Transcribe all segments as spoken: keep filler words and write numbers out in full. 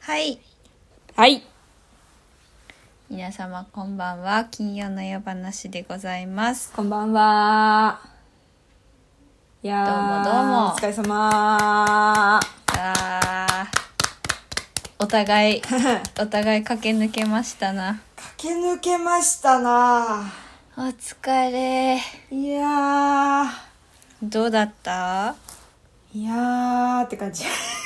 はい。 はい。 皆様こんばんは。金曜の夜話でございます。 こんばんは。いやーどうもどうも。 お疲れ様。 あお互いお互い駆け抜けましたな。 駆け抜けましたな。 お疲れ。 いやどうだった？ いやーって感じ。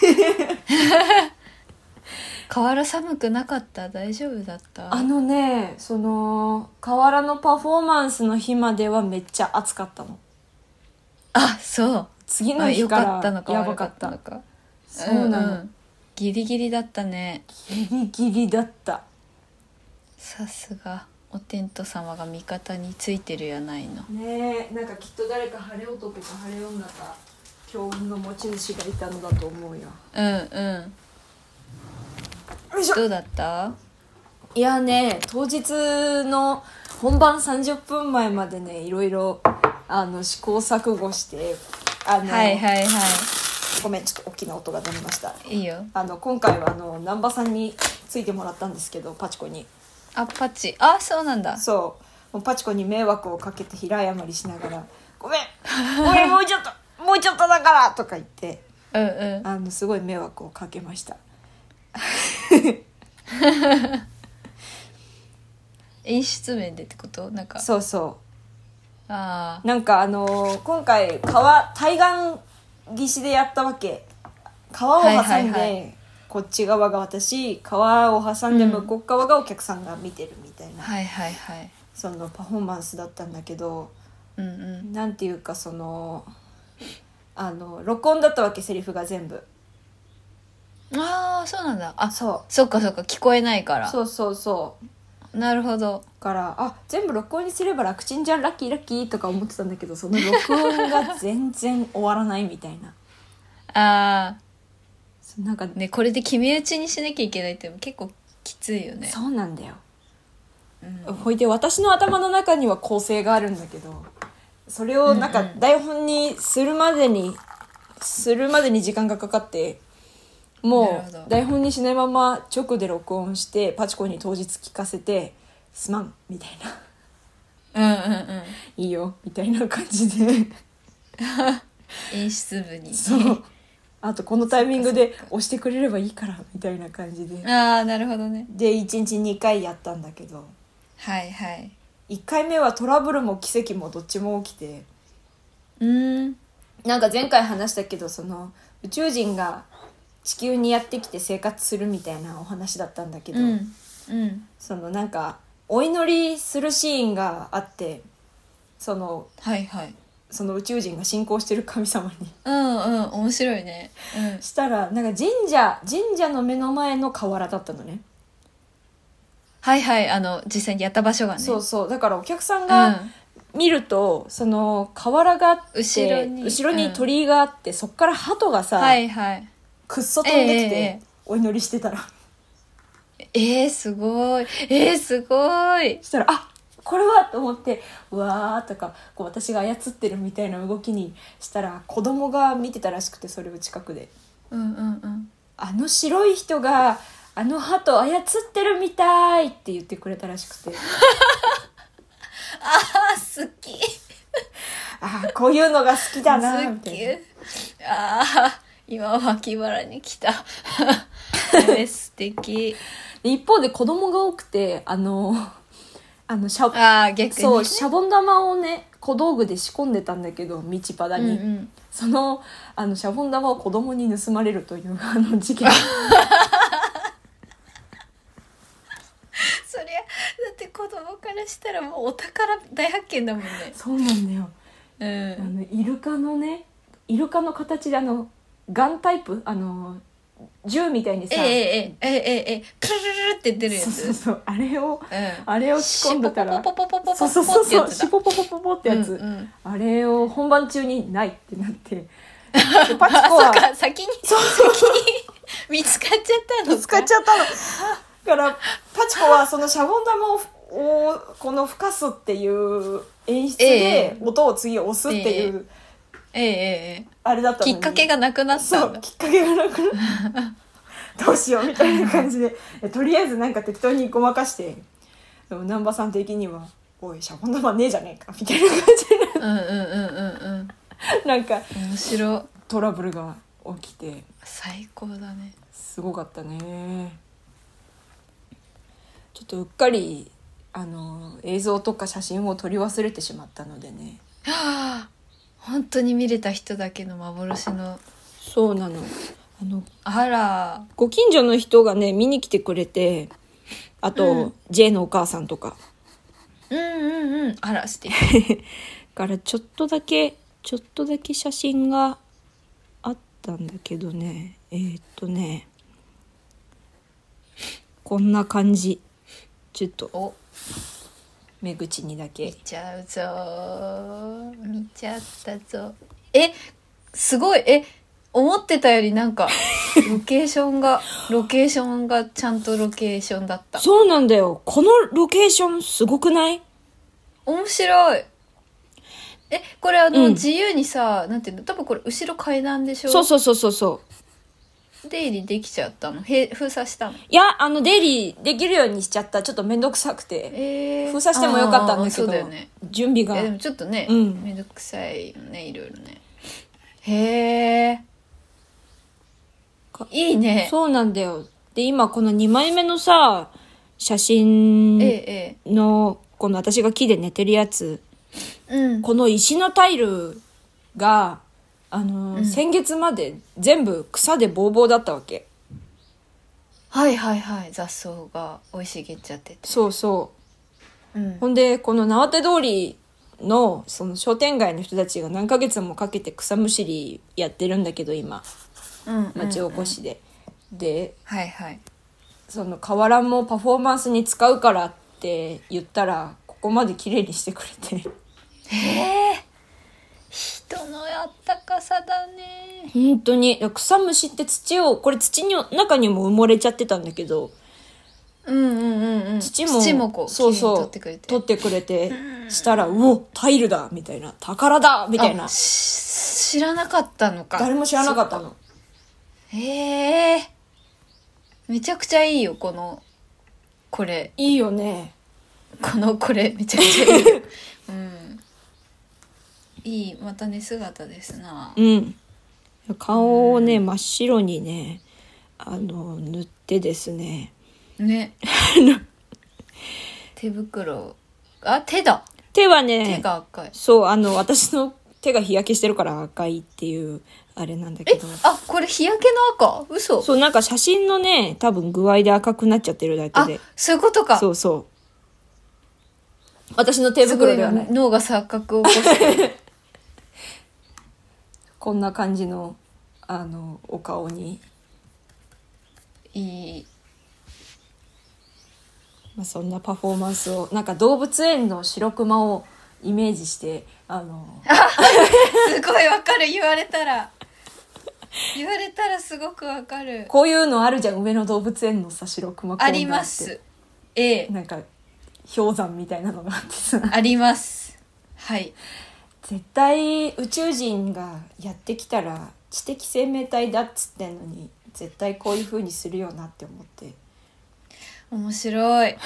河原寒くなかった？大丈夫だった？ あのね、その河原のパフォーマンスの日まではめっちゃ暑かったの。 あ、そう。 次の日からよかったのかやばかった。 悪かったのか。 そうなの、うんうん、 ギリギリだったね。 ギリギリだった。 さすがお天道様が味方についてるやないの。 ねえ、なんかきっと誰か晴れ男か晴れ女か強運の持ち主がいたのだと思うよ。 うんうん。 よいしょ。 どうだった？ いやね、当日の本番さんじゅっぷんまえまでね、いろいろあの試行錯誤してあの、 はいはいはい。 ごめん、ちょっと大きな音が出ました。 いいよ。 あの今回はあの南波さんについてもらったんですけど、パチコに。 あ、パチ。あ、そうなんだ。 そうもうパチコに迷惑をかけて平謝りしながらごめんごめんもうちょっともうちょっとだからとか言ってうんうん。 あのすごい迷惑をかけました。 演出面でってこと？なんかそうそう。あうなんかあのー、今回川対岸岸でやったわけ。川を挟んで、はいはいはい、こっち側が私、川を挟んで向こう側がお客さんが見てるみたいな、うん、 はいはいはい、 そのパフォーマンスだったんだけど、 うんうん、 なんていうかそのあの録音だったわけ、セリフが全部。 ああ、そうなんだ。あ、 そうそっかそっか、聞こえないから。 そうそうそう。 なるほど。 からあ全部録音にすれば楽ちんじゃん、ラッキーラッキーとか思ってたんだけど、その録音が全然終わらないみたいな。 ああ、 なんかね、これで決め打ちにしなきゃいけないって結構きついよね。 そうなんだよ、 うん、 ほいで私の頭の中には構成があるんだけど、それをなんか台本にするまでに、うんうん、するまでに時間がかかって、もう台本にしないまま直で録音してパチコに当日聞かせてすまんみたいな、うんうんうん、 いいよみたいな感じで演出部にそうあとこのタイミングで押してくれればいいからみたいな感じで、 ああなるほどね。 でいちにちにかいやったんだけど、 はいはい、 いっかいめはトラブルも奇跡もどっちも起きて、 うーんなんか前回話したけど、その宇宙人が地球にやってきて生活するみたいなお話だったんだけど、 うんうん、 そのなんかお祈りするシーンがあって、その、 はいはい、 その宇宙人が信仰してる神様にうんうん面白いね、うん、 したらなんか神社神社の目の前の河原だったのね。 はいはい、あの実際にやった場所がね。 そうそう、だからお客さんが見ると、うん、その河原があって後ろに、後ろに鳥居があって、うん、そっから鳩がさ、 はいはい、 くっそ飛んできて、えー、お祈りしてたらえー、すごいえー、すごい。 そしたらあこれはと思って、うわーとかこう私が操ってるみたいな動きにしたら、子供が見てたらしくて、それを近くで、 うんうんうん、 あの白い人があの鳩操ってるみたいって言ってくれたらしくてあー好きあーこういうのが好きだなみたいな。 あー今脇腹に来たえ素敵。 一方で子供が多くて、あのあのシャあ逆に、ね、 そうシャボン玉をね小道具で仕込んでたんだけど、道端に、 うんうん、そのあのシャボン玉を子供に盗まれるというあの事件そりゃだって子供からしたらもうお宝大発見だもんね。 そうなんだよ、うん、あのイルカのねイルカの形であのガンタイプ、あの銃みたいにさ、 えええええええプルルルって出るやつ、 そうそうそうあれを、 うん、 あれを仕込んでたらシポポポポポポポそうそうそうそうシポポポポポってやつ、 うんうん、あれを本番中にないってなってでパチコはそうか先に先に見つかっちゃったのか見つかっちゃったのだからパチコはそのシャボン玉をこの吹かすっていう演出で音を次押すっていう、 ええええええ、 あれだったのにきっかけがなくなったんだ。 そうきっかけがなくなったどうしようみたいな感じでとりあえずなんか適当にごまかして、でも南波さん的にはおいシャボン玉ねえじゃねえかみたいな感じでうんうんうんうんうんなんか面白いトラブルが起きて最高だね。 すごかったね。ちょっとうっかりあの映像とか写真を撮り忘れてしまったのでね。 はあ本当に見れた人だけの幻の。 そうなの。あのあらご近所の人がね見に来てくれて、あと、うん、J のお母さんとか。 うんうんうんあら素敵からちょっとだけちょっとだけ写真があったんだけどね、えー、っとねこんな感じ。ちょっとお目口にだけ見ちゃうぞ見ちゃったぞ。えすごいえ思ってたよりなんかロケーションがロケーションがちゃんとロケーションだった。 そうなんだよ。このロケーションすごくない？ 面白い。えこれあの、 うん、 自由にさなんていうの多分これ後ろ階段でしょ。 そうそうそうそうそう出入りできちゃったの？へ封鎖したの？ いやあの出入りできるようにしちゃった。ちょっとめんどくさくて、えー、封鎖してもよかったんだけど、 だよね、 準備がえでもちょっとね、 うん、 めんどくさいよねいろいろね。へえいいね。 そうなんだよ。で今このにまいめのさ写真のこの私が木で寝てるやつ、 うん、 この石のタイルがあの、うん、先月まで全部草でボーボーだったわけ。 はいはいはい雑草が生い茂っちゃってて。 そうそう、うん、ほんでこの縄手通りのその商店街の人たちが何ヶ月もかけて草むしりやってるんだけど今、うんうんうん、町おこしでで、 はいはい、 その河原もパフォーマンスに使うからって言ったらここまで綺麗にしてくれてへえ人のやったかさだね。 本当に草むしって土をこれ土の中にも埋もれちゃってたんだけど、 うんうんうんうん、 土も土もこうそうそう取ってくれて取ってくれてしたらうおタイルだみたいな宝だみたいな。 知らなかったのか。 誰も知らなかったの。 へえめちゃくちゃいいよこのこれいいよね。 このこれめちゃくちゃいいよ、うん、いいまたね姿ですな。 うん顔をね、うん、真っ白にねあの塗ってですねね手袋あ手だ手はね手が赤い。 そうあの私の手が日焼けしてるから赤いっていうあれなんだけど。 えあこれ日焼けの赤？嘘。 そうなんか写真のね多分具合で赤くなっちゃってるだけで。 あそういうことか。 そうそう私の手袋ではない。 脳が錯覚を起こしてこんな感じのあのお顔にいい、 まあ、そんなパフォーマンスをなんか動物園の白クマをイメージしてあのすごいわかる言われたら言われたらすごくわかる。 こういうのあるじゃん上野動物園のさ白クマコーナーって。 あります。ええなんか氷山みたいなのがあってさありますはい絶対宇宙人がやってきたら知的生命体だっつってんのに絶対こういう風にするよなって思って。 面白い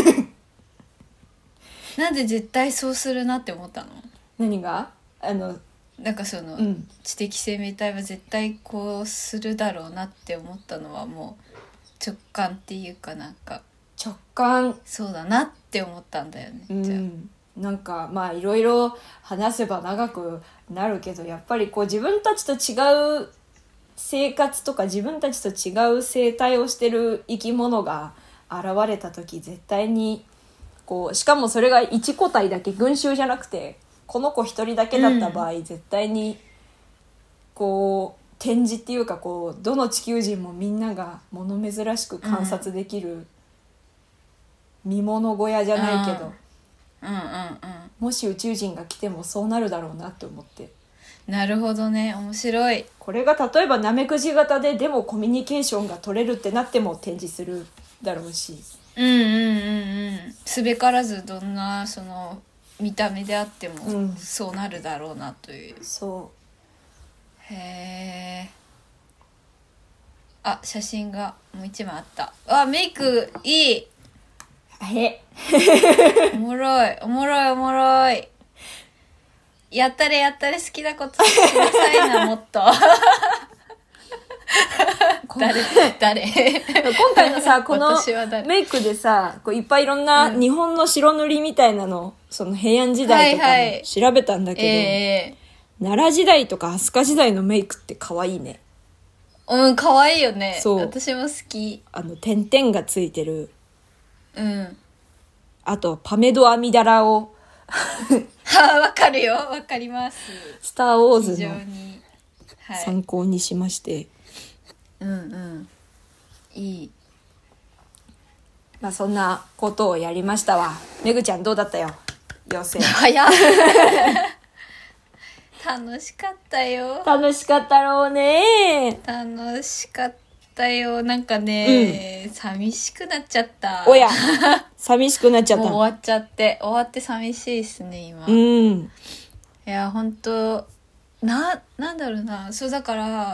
なんで絶対そうするなって思ったの？ 何があのなんかその、 うん、 知的生命体は絶対こうするだろうなって思ったのはもう直感っていうかなんか直感そうだなって思ったんだよね、 うん、 じゃあなんかまあいろいろ話せば長くなるけどやっぱりこう自分たちと違う生活とか自分たちと違う生態をしてる生き物が現れた時絶対にこうしかもそれが一個体だけ群衆じゃなくてこの子一人だけだった場合、うん、絶対にこう展示っていうかこうどの地球人もみんなが物珍しく観察できる見物小屋じゃないけど、 うんうんうんうん、 もし宇宙人が来てもそうなるだろうなって思って。 なるほどね面白い。 これが例えばナメクジ型ででもコミュニケーションが取れるってなっても展示するだろうし、 うんうんうんうんすべからずどんなその見た目であってもそうなるだろうなという、 うん、そうへえあ、写真がもう一枚あった。あ、メイクいい。 えおもろいおもろいおもろい。やったれやったれ、好きなことしなさいな、もっと。誰誰今回のさ、この私は誰メイクでさ、こういっぱいいろんな日本の白塗りみたいなの、その平安時代とかはいはいも調べたんだけど、 え奈良時代とか飛鳥時代のメイクって可愛いね。 ー、うん、可愛いよね。 そう私も好き。 あの、点々がついてる。 うん。 あと、パメドアミダラを、 はあ、わかるよ。わかります。 スターウォー非ズの常に。はい。 参考にしまして。 うんうん。いい。 まあそんなことをやりましたわ。めぐちゃんどうだったよ、妖精。 早っ。楽しかったよ。 楽しかったろうね。 楽しかったよ。なんかね、うん、寂しくなっちゃった。 おや、寂しくなっちゃった。 もう終わっちゃって、終わって寂しいですね、今。 うん。いや、ほんと、な、なんだろうな。そうだから、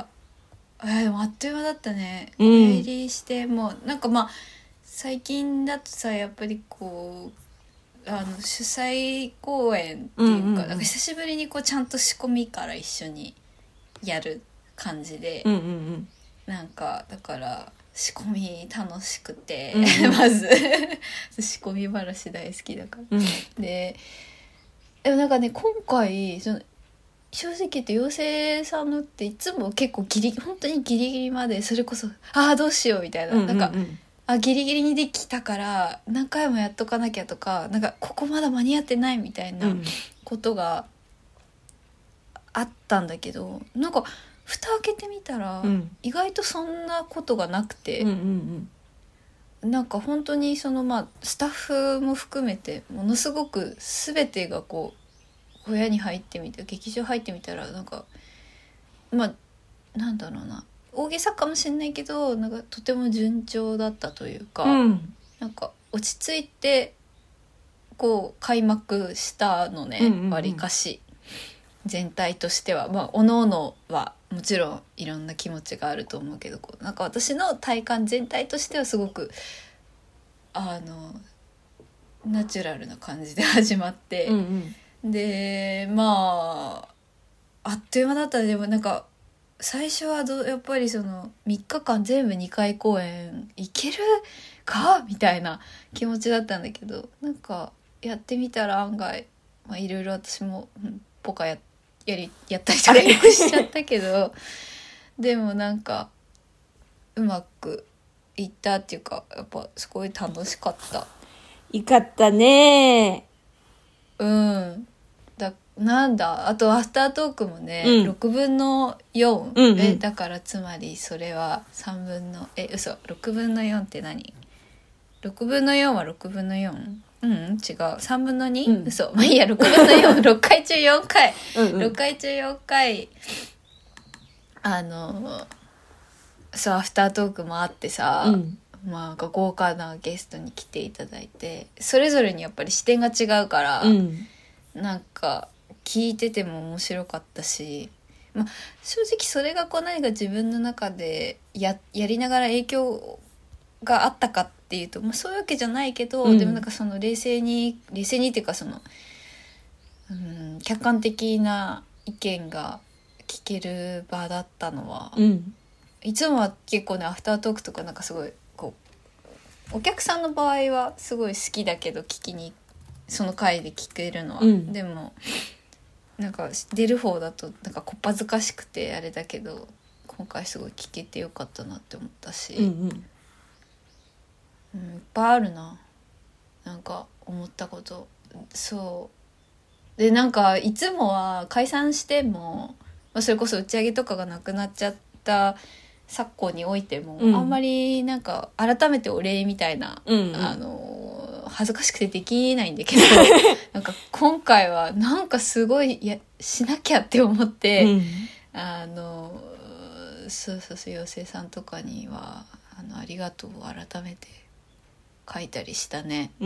えー、でもあっという間だったね。 うん。 お帰りしてもう、なんかまあ、最近だとさ、やっぱりこう、あの主催公演っていうか、うんうんうん、なんか久しぶりにこうちゃんと仕込みから一緒にやる感じで、 うんうんうん、 なんかだから仕込み楽しくて、 うんうん、 まず仕込み話大好きだから、 うん、 ででもなんかね今回その正直言って妖精さんのっていつも結構ギリ本当にギリギリまでそれこそああどうしようみたいな、うんうんうん、なんかあギリギリにできたから何回もやっとかなきゃとかなんかここまだ間に合ってないみたいなことがあったんだけど、うん、なんか蓋開けてみたら、うん、意外とそんなことがなくて、 うんうんうん、なんか本当にそのまあスタッフも含めてものすごく全てがこう小屋に入ってみて劇場入ってみたらなんかまあなんだろうな大げさかもしれないけどなんかとても順調だったというか、 うん、 なんか落ち着いてこう開幕したのね、 うんうんうん、 割かし全体としてはまあ各々はもちろんいろんな気持ちがあると思うけどこうなんか私の体感全体としてはすごくあのナチュラルな感じで始まって、 うんうん、でまああっという間だったらでもなんか最初はどやっぱりそのみっかかん全部にかい公演行けるかみたいな気持ちだったんだけどなんかやってみたら案外いろいろ私も、うん、ポカ や, や, りやったりとかよくしちゃったけどでもなんかうまくいったっていうかやっぱすごい楽しかった。 いかったね。 うんだなんだあとアフタートークもね、 うん、 ろくぶんのよん、 うんうん、 えだからつまりそれはさんぶんのえ嘘ろくぶんのよんって何ろくぶんのよんはろくぶんのよんうん違うさんぶんのに、うん、嘘まあいいやろくぶんのよんろっかい中よんかいうん、うん、ろっかい中よんかいあのそうアフタートークもあってさ、 うんまあ豪華なゲストに来ていただいてそれぞれにやっぱり視点が違うから、 うん、 なんか聞いてても面白かったし、まあ、正直それがこう何か自分の中で や, やりながら影響があったかっていうと、まあ、そういうわけじゃないけど、うん、でもなんかその冷静に冷静にっていうかその、うん、客観的な意見が聞ける場だったのは、 うん、 いつもは結構ねアフタートークとかなんかすごいこうお客さんの場合はすごい好きだけど聞きにその回で聞けるのは、うん、でもなんか出る方だとなんかこっぱずかしくてあれだけど今回すごい聞けてよかったなって思ったし、 うんうんうん、いっぱいあるななんか思ったことそうでなんかいつもは解散しても、まあ、それこそ打ち上げとかがなくなっちゃった昨今においても、うん、あんまりなんか改めてお礼みたいな、 うんうん、 あの恥ずかしくてできないんだけどなんか今回はなんかすごいやしなきゃって思って、うん、あのそうそうそう妖精さんとかにはあのありがとうを改めて書いたりしたね。 うん、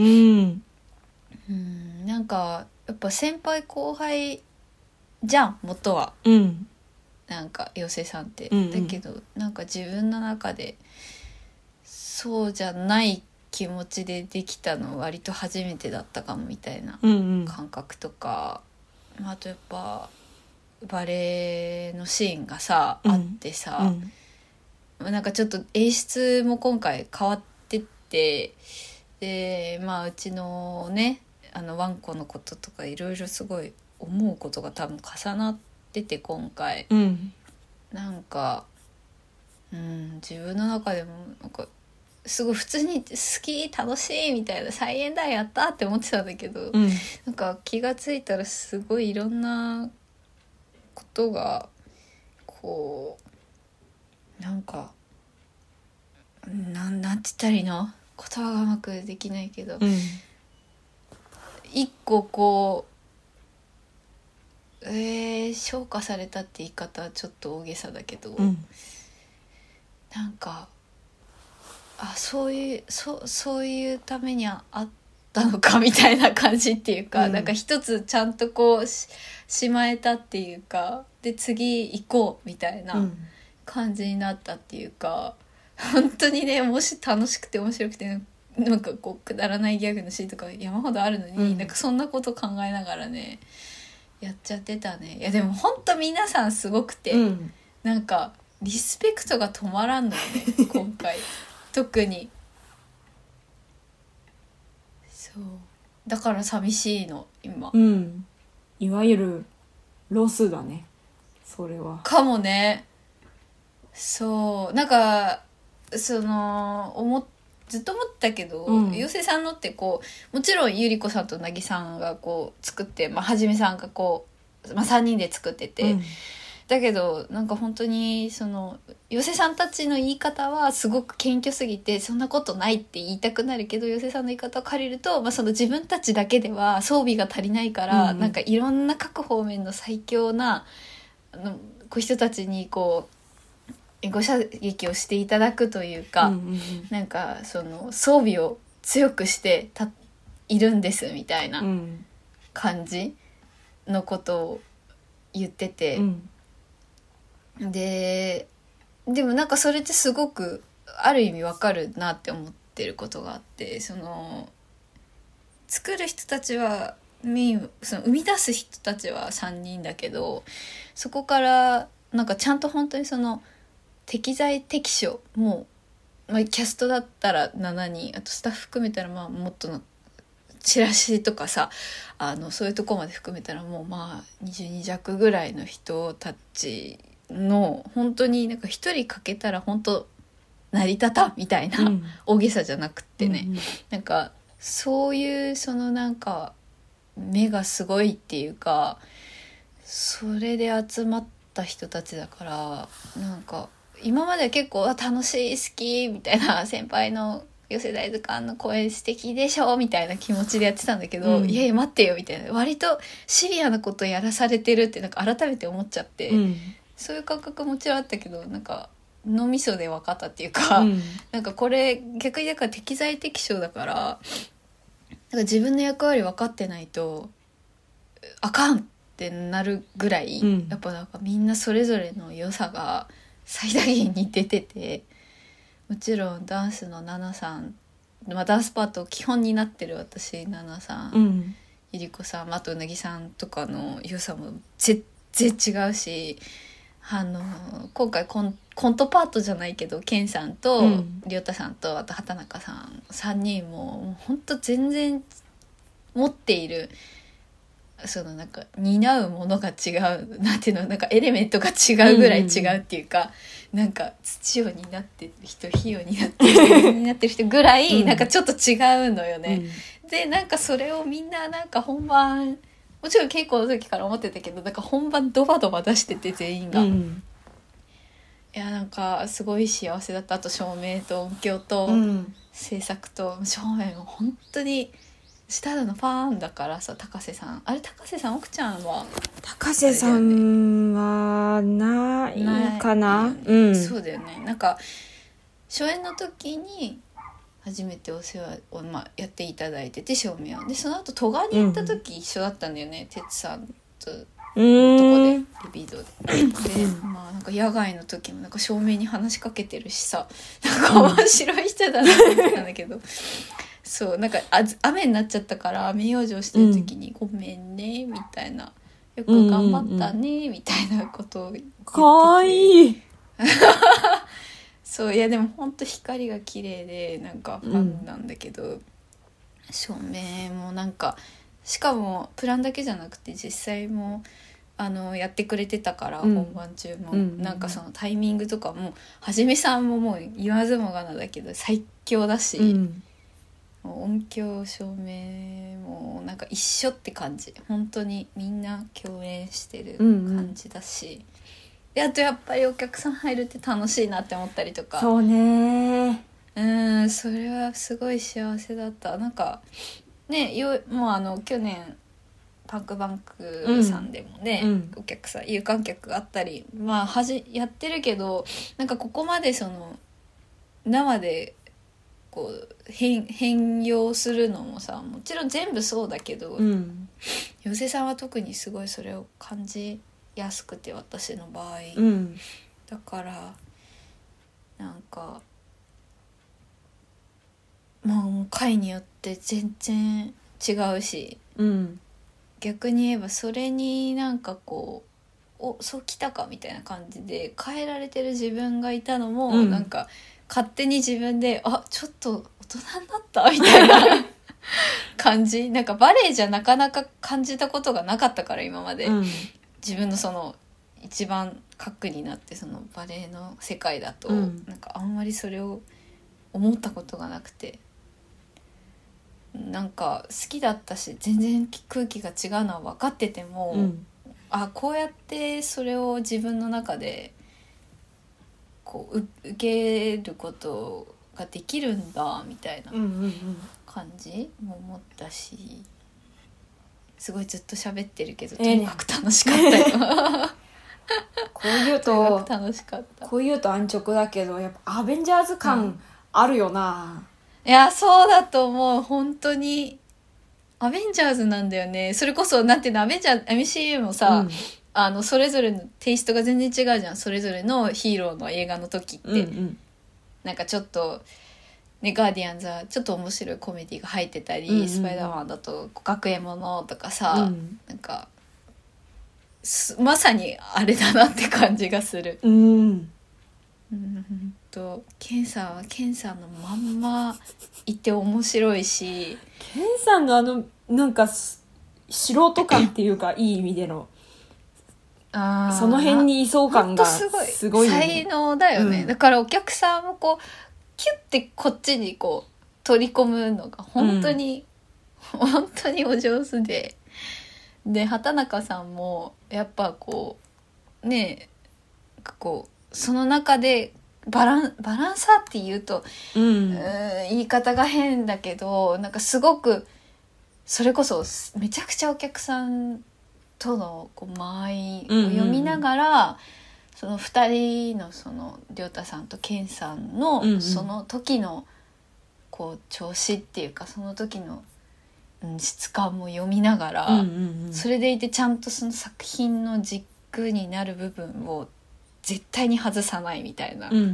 うんなんかやっぱ先輩後輩じゃん元は。 うんなんか妖精さんって、 うんうん、 だけどなんか自分の中でそうじゃない気持ちでできたの割と初めてだったかもみたいな感覚とか、うんうん、あとやっぱバレエのシーンがさ、うん、あってさ、うん、なんかちょっと演出も今回変わってって、でまあうちのねあのワンコのこととかいろいろすごい思うことが多分重なってて今回、 うん、 なんか、うん、自分の中でもなんかすごい普通に好き楽しいみたいな再演だやったって思ってたんだけど、 うん、 なんか気がついたらすごいいろんなことがこうなんかなんなんて言ったらいいの言葉がうまくできないけど、 うん、 一個こうえー、昇華されたって言い方はちょっと大げさだけど、 うん、 なんかあそういうそそういうためにあったのかみたいな感じっていうか、うん、なんか一つちゃんとこう し, しまえたっていうかで次行こうみたいな感じになったっていうか、うん、本当にねもし楽しくて面白くてなんかこうくだらないギャグのシーンとか山ほどあるのに、うん、なんかそんなこと考えながらねやっちゃってたね。いやでも本当皆さんすごくて、うん、なんかリスペクトが止まらんのよね今回特にそうだから寂しいの今、 うん、いわゆるロスだねそれはかもね。そうなんかその思っずっと思ったけど、うん、妖精さんのってこうもちろんゆり子さんとなぎさんがこう作って、まあ、はじめさんがこう、まあ、さんにんで作ってて、うん、だけどなんか本当にその妖精さんたちの言い方はすごく謙虚すぎてそんなことないって言いたくなるけど妖精さんの言い方を借りると、まあ、その自分たちだけでは装備が足りないから、うん、なんかいろんな各方面の最強なあのこう人たちにこうご射撃をしていただくというか、うんうんうん、なんかその装備を強くしてたいるんですみたいな感じのことを言ってて、うん、ででもなんかそれってすごくある意味わかるなって思ってることがあって、その作る人たちはメインその生み出す人たちはさんにんだけど、そこからなんかちゃんと本当にその適材適所もう、まあ、キャストだったらしちにんあとスタッフ含めたらまあもっとのチラシとかさあのそういうとこまで含めたらもうまあにじゅうに弱ぐらいの人たちの本当になんか一人かけたら本当成り立たみたいな、うん、大げさじゃなくってね、うんうん、なんかそういうそのなんか目がすごいっていうかそれで集まった人たちだからなんか今までは結構楽しい好きみたいな先輩の寄せ大図鑑の声素敵でしょみたいな気持ちでやってたんだけど、うん、いやいや待ってよみたいな割とシビアなことやらされてるってなんか改めて思っちゃって、うん、そういう感覚もちろんあったけどなんか脳みそで分かったっていうか、うん、なんかこれ逆にだから適材適所だからなんか自分の役割分かってないとあかんってなるぐらい、うん、やっぱなんかみんなそれぞれの良さが最大限に出てて、もちろんダンスのナナさん、まあ、ダンスパート基本になってる私ナナさん、うん、ゆりこさんあとうなぎさんとかの良さも全然違うし、あの今回コン、コントパートじゃないけどケンさんとりょうたさんとあと畑中さんさんにんもほんと全然持っているそのなんか担うものが違うなんていうのなんかエレメントが違うぐらい違うっていうか、うんうんうん、なんか土を担ってる人火を担ってる人担ってる人ぐらいなんかちょっと違うのよね、うん、でなんかそれをみんななんか本番もちろん稽古の時から思ってたけどなんか本番ドバドバ出してて全員が、うん、いやなんかすごい幸せだった。あと照明と音響と制作と照明も本当にただのファンだからさ。高瀬さんあれ高瀬さん奥ちゃんは高瀬さんはないかな、ね、うん、 そうだよね。なんか初演の時に初めてお世話を、まあ、やっていただいてて照明をでその後戸賀に行った時一緒だったんだよね、うん、哲さんとうーん男でリビドでで、まあなんか野外の時もなんか照明に話しかけてるしさ、なんか面白い人だなと思ってたんだけど、そうなんかあ雨になっちゃったから雨養生してる時に、ごめんねみたいな、よく頑張ったねみたいなことを言ってて、 かわいい。 そういやでもほんと光が綺麗でなんかファンなんだけど、うん、照明もなんかしかもプランだけじゃなくて実際もあのやってくれてたから、うん、本番中も、うん、なんかそのタイミングとかもはじめさんももう言わずもがなだけど最強だし、うん、もう音響照明もなんか一緒って感じ、本当にみんな共演してる感じだし、うんうん、であとやっぱりお客さん入るって楽しいなって思ったりとか、 そうね、 うんそれはすごい幸せだった。なんかねよもうあの去年パンクバンクさんでもね、うん、お客さん有観客があったり、まあはじやってるけどなんかここまでその生でこう 変, 変容するのもさ、もちろん全部そうだけど、うん、ヨセさんは特にすごいそれを感じやすくて、私の場合、うん、だからなんかもう回によって全然違うし、うん、逆に言えばそれになんかこうおそうきたかみたいな感じで変えられてる自分がいたのも、うん、なんか勝手に自分であちょっと大人になったみたいな感じ、なんかバレエじゃなかなか感じたことがなかったから今まで、うん、自分のその一番核になってそのバレエの世界だと、うん、なんかあんまりそれを思ったことがなくて、なんか好きだったし全然空気が違うのは分かってても、うん、あこうやってそれを自分の中でこう受けることができるんだみたいな感じも思ったし、すごいずっと喋ってるけどとにかく楽しかったよ、えー、 こう言うと楽しかった。 こう言うと安直だけどやっぱアベンジャーズ感あるよな、 うん、いやそうだと思う。本当にアベンジャーズなんだよね。それこそなんていうのアベンジャー エムシーユー もさ、うん、あのそれぞれのテイストが全然違うじゃん。それぞれのヒーローの映画の時って、うんうん、なんかちょっとねガーディアンズはちょっと面白いコメディが入ってたり、うんうん、スパイダーマンだと学園ものとかさ、うん、なんかまさにあれだなって感じがする。うん、うんとケンさんはケンさんのまんまいて面白いし、 ケンさんのあのなんか素人感っていうかいい意味でのあその辺にいそう感がすごい、すごい才能だよね、うん、だからお客さんもこうキュッてこっちにこう取り込むのが本当に、うん、本当にお上手で、で畑中さんもやっぱこうねこうその中でバラン、バランサーって言うと、うん、うーん言い方が変だけどなんかすごくそれこそめちゃくちゃお客さんとのこう間合いを読みながら、うんうん、そのふたりのその亮太さんと健さんの、うんうん、その時のこう調子っていうかその時の、うん、質感も読みながら、うんうんうん、それでいてちゃんとその作品の軸になる部分を絶対に外さないみたいな、うんうん、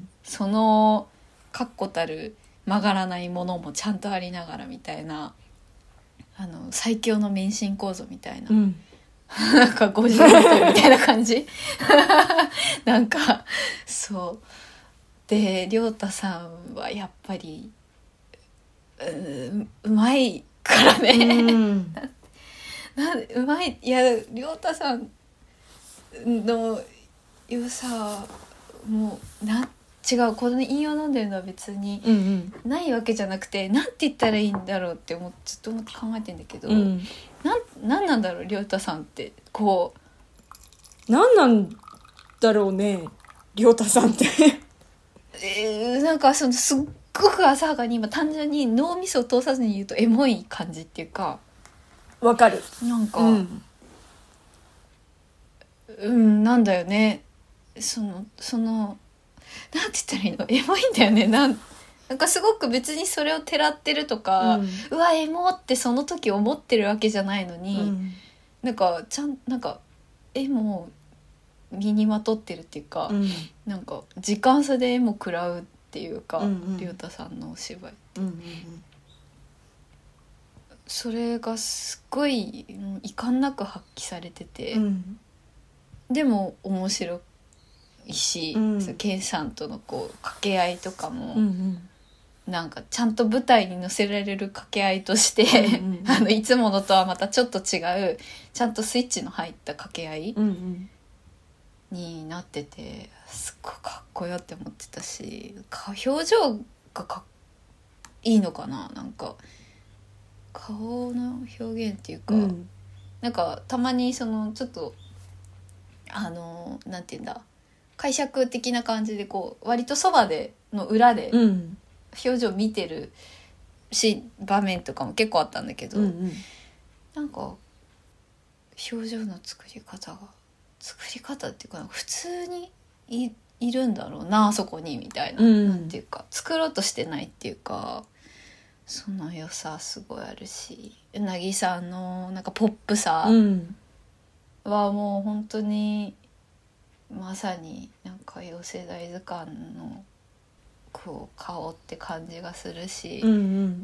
その確固たる曲がらないものもちゃんとありながらみたいな、あの最強の免震構造みたいな、うん、なんかごじゅうメートルみたいな感じなんかそうで亮太さんはやっぱり う, うまいからね、うん、なうまいいや亮太さんの良さもうな違うこの引用飲んでるのは別にないわけじゃなくて、うんうん、なんて言ったらいいんだろうって思ってずっと思って考えてんだけど、うん、なんなんなんだろう亮太さんってこうなんなんだろうね亮太さんってえー、なんかそのすっごく浅はかに今単純に脳みそを通さずに言うとエモい感じっていうかわかるなんか、うん、うん、なんだよねそのそのなんて言ったらいいのエモいんだよねなんなんかすごく別にそれをてらってるとか、うん、うわエモってその時思ってるわけじゃないのに、うん、なんかちゃんなんか絵も身にまとってるっていうか、 うん、 なんか時間差で絵も食らうっていうか、 うんうん、 龍太さんのお芝居、 うんうんうん、 それがすっごい遺憾なく発揮されてて、 うん、 でも面白いし、 うん、 健さんとのこう掛け合いとかも、 うんうん、 なんかちゃんと舞台に乗せられる掛け合いとして、 うんうんうん、 あのいつものとはまたちょっと違うちゃんとスイッチの入った掛け合いになってて、すっごいかっこよって思ってたし、表情がかいいのかな、なんか顔の表現っていうか、うん、なんかたまにそのちょっとあのなんていうんだ、解釈的な感じでこう割とそばでの裏で表情見てるし、場面とかも結構あったんだけど、 うんうん、 なんか表情の作り方が作り方っていうか普通に い, いるんだろうなあそこにみたいな、うん、なんていうか作ろうとしてないっていうか、その良さすごいあるし、うなぎさんのなんかポップさはもう本当にまさになんか同世代図鑑のこう顔って感じがするし、 うんうん、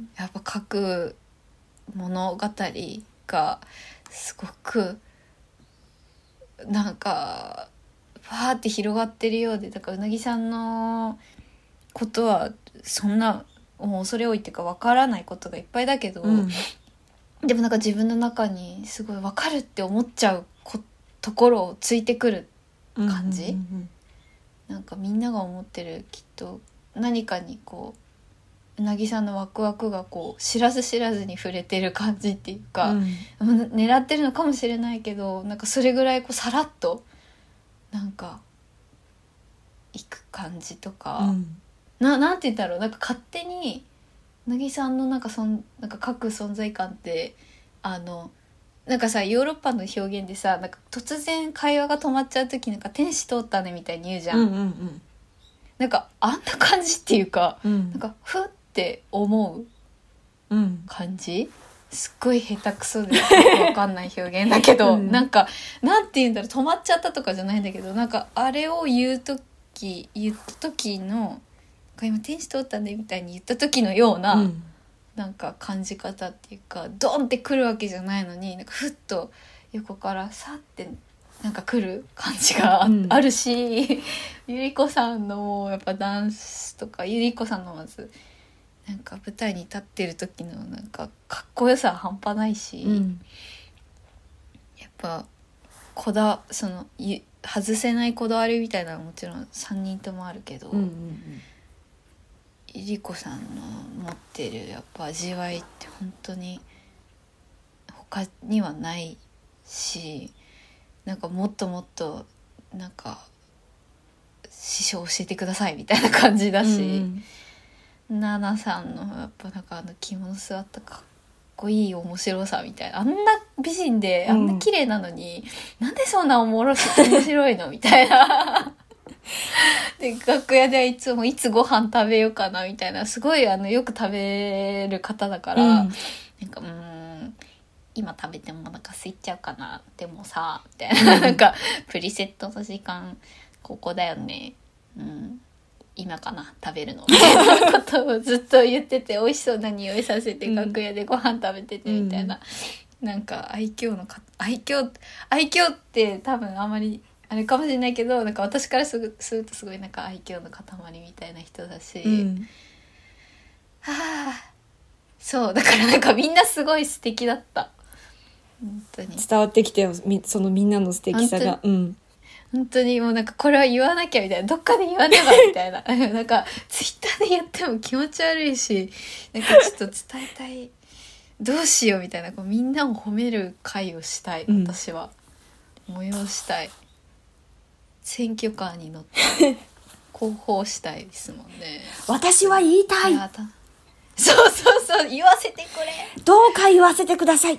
やっぱ書く物語がすごくなんかファーって広がってるようで、だからうなぎさんのことはそんなもう恐れ多いっていうか分からないことがいっぱいだけど、うん、でもなんか自分の中にすごい分かるって思っちゃうところをついてくる感じ、うんうんうん、なんかみんなが思ってるきっと何かにこううなぎさんのワクワクがこう知らず知らずに触れてる感じっていうか、うん、狙ってるのかもしれないけど、なんかそれぐらいこうさらっとなんかいく感じとか、うん、な, なんて言ったろう、なんか勝手にうなぎさんのなんかそんなんか各存在感ってあのなんかさヨーロッパの表現でさ、なんか突然会話が止まっちゃう時なんか天使通ったねみたいに言うじゃん、 うんうんうん、 なんかあんな感じっていうか、うん、なんかふって思う感じ、うん、すっごい下手くそで分かんない表現だけど、うん、なんかなんて言うんだろう、止まっちゃったとかじゃないんだけど、なんかあれを言う時言った時のなんか今天使通ったねみたいに言った時のような、うんなんか感じ方っていうか、ドンってくるわけじゃないのになんかふっと横からさってなんか来る感じが あ,、うん、あるし、ゆり子さんのやっぱダンスとかゆり子さんのまずなんか舞台に立ってる時のなんかかっこよさ半端ないし、うん、やっぱこだその外せないこだわりみたいなのはもちろんさんにんともあるけど、うんうんうんゆり子さんの持ってるやっぱ味わいって本当に他にはないし、なんかもっともっとなんか師匠教えてくださいみたいな感じだし、うん、ナナさんのやっぱなんかあの着物座ったかっこいい面白さみたいな、あんな美人であんな綺麗なのに、うん、なんでそんなおもろし面白いのみたいなで楽屋ではいつもいつご飯食べようかなみたいな、すごいあのよく食べる方だから、うん、なんかうーん今食べてもお腹空いちゃうかな、でもさみたいな、うん、なんかプリセットの時間ここだよね、うん、今かな食べるのみたいなことをずっと言ってて、美味しそうな匂いさせて楽屋でご飯食べててみたいな、うん、なんか愛嬌のか愛嬌愛嬌って多分あんまりあれかもしれないけど、なんか私からすぐするとすごいなんか愛嬌の塊みたいな人だし、うん、はあそうだからなんかみんなすごい素敵だった、本当に伝わってきてよ、そのみんなの素敵さが、うん、 本当にもうなんかこれは言わなきゃみたいな、どっかで言わねばみたいななんかツイッターで言っても気持ち悪いし、なんかちょっと伝えたいどうしようみたいな、こうみんなを褒める会をしたい、私は、うん、催したい、選挙カーに乗って広報したいですもんね。 私は言いたい。 そうそうそう、言わせてくれ。 どうか言わせてください。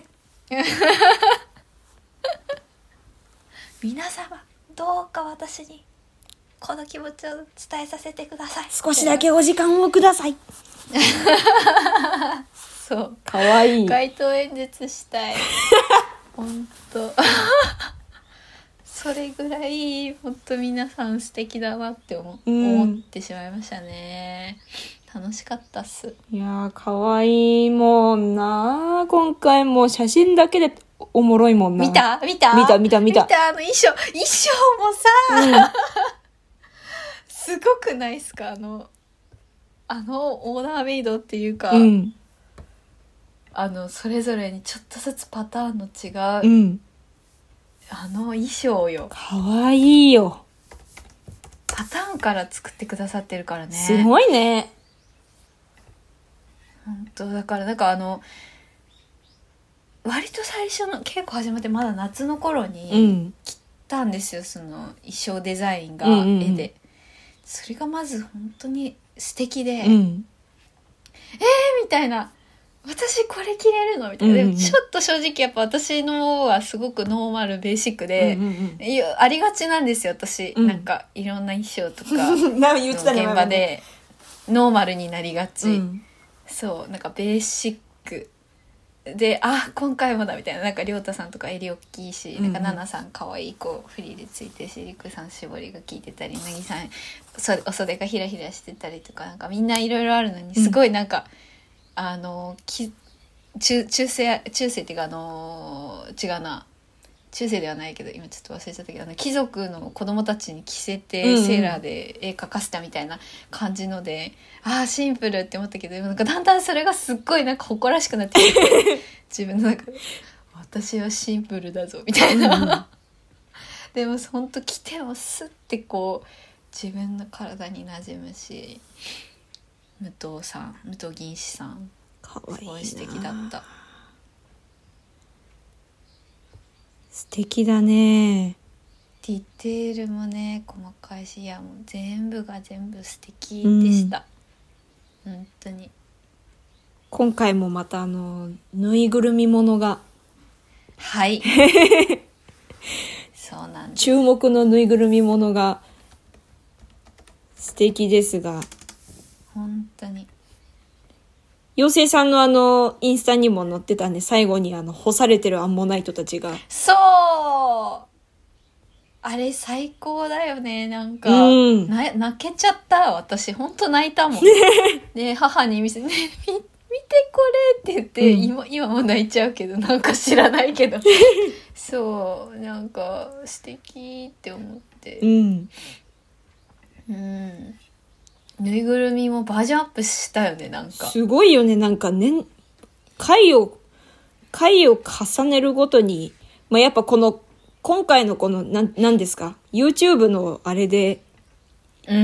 皆様どうか私にこの気持ちを伝えさせてください。 少しだけお時間をください。 そう。 かわいい。 街頭演説したい。本当。 それぐらい本当皆さん素敵だなって思,、 うん思ってしまいましたね。楽しかったっす。 いやーかわいいもんな。今回も写真だけでおもろいもんな。 見た見た見た見た見た見たあの衣装衣装もさ、すごくないっすか？あのあのオーダーメイドっていうか、 うん、 あのそれぞれにちょっとずつパターンの違う、 うん、 あの衣装よ。 かわいいよ。 パターンから作ってくださってるからね。 すごいね。 本当だからなんかあの割と最初の稽古始まってまだ夏の頃うにん、 来たんですよ、その衣装デザインがうんうんうん絵で。それがまず本当に素敵で、 うん、 みたいな、私これ着れるのみたいな、 うんうんうん、 でもちょっと正直やっぱ私のはすごくノーマルベーシックで、 うんうんうん、 いやありがちなんですよ私、 うん、 なんかいろんな衣装とかな言ってたねの現場でノーマルになりがち、 うん、 そうなんかベーシックで、あ今回もだみたいな、なんか亮太さんとか襟大きいし、 うんうん、 なんか奈々さん可愛い子フリーでついてるし、りくさん絞りが効いてたり、なぎさんそお袖がひらひらしてたりとか、なんかみんないろいろあるのにすごいなんか、うん、あのき中中世中世っていうかあの違うな中世ではないけど今ちょっと忘れちゃったけど、あの貴族の子供たちに着せて、うんうん、セーラーで絵描かせたみたいな感じので、ああシンプルって思ったけど、なんかだんだんそれがすっごいなんか誇らしくなってきて自分の中で私はシンプルだぞみたいな、うんうん、でもほんと着てもスッてこう自分の体に馴染むし、武藤さん武藤銀志さんかわいいな、 すごい素敵だった。 素敵だね。 ディテールもね細かいし、いやもう全部が全部素敵でした、うん、本当に。 今回もまたあのぬいぐるみものがはいそうなんです。 注目のぬいぐるみものが素敵ですが、 本当に妖精さんのあのインスタにも載ってたんで、最後にあの干されてるアンモナイトたちが、 そうあれ最高だよね。なんか、 うん、 な泣けちゃった私。ほんと泣いたもんで母に見せて、ね、見てこれって言って、うん、今, 今も泣いちゃうけど、なんか知らないけどそうなんか素敵って思って、 うん、 うんぬいぐるみもバージョンアップしたよね。なんかすごいよね。なんかね、回を回を重ねるごとに、まあ、やっぱこの今回のこのななんですか YouTube のあれで、 うん、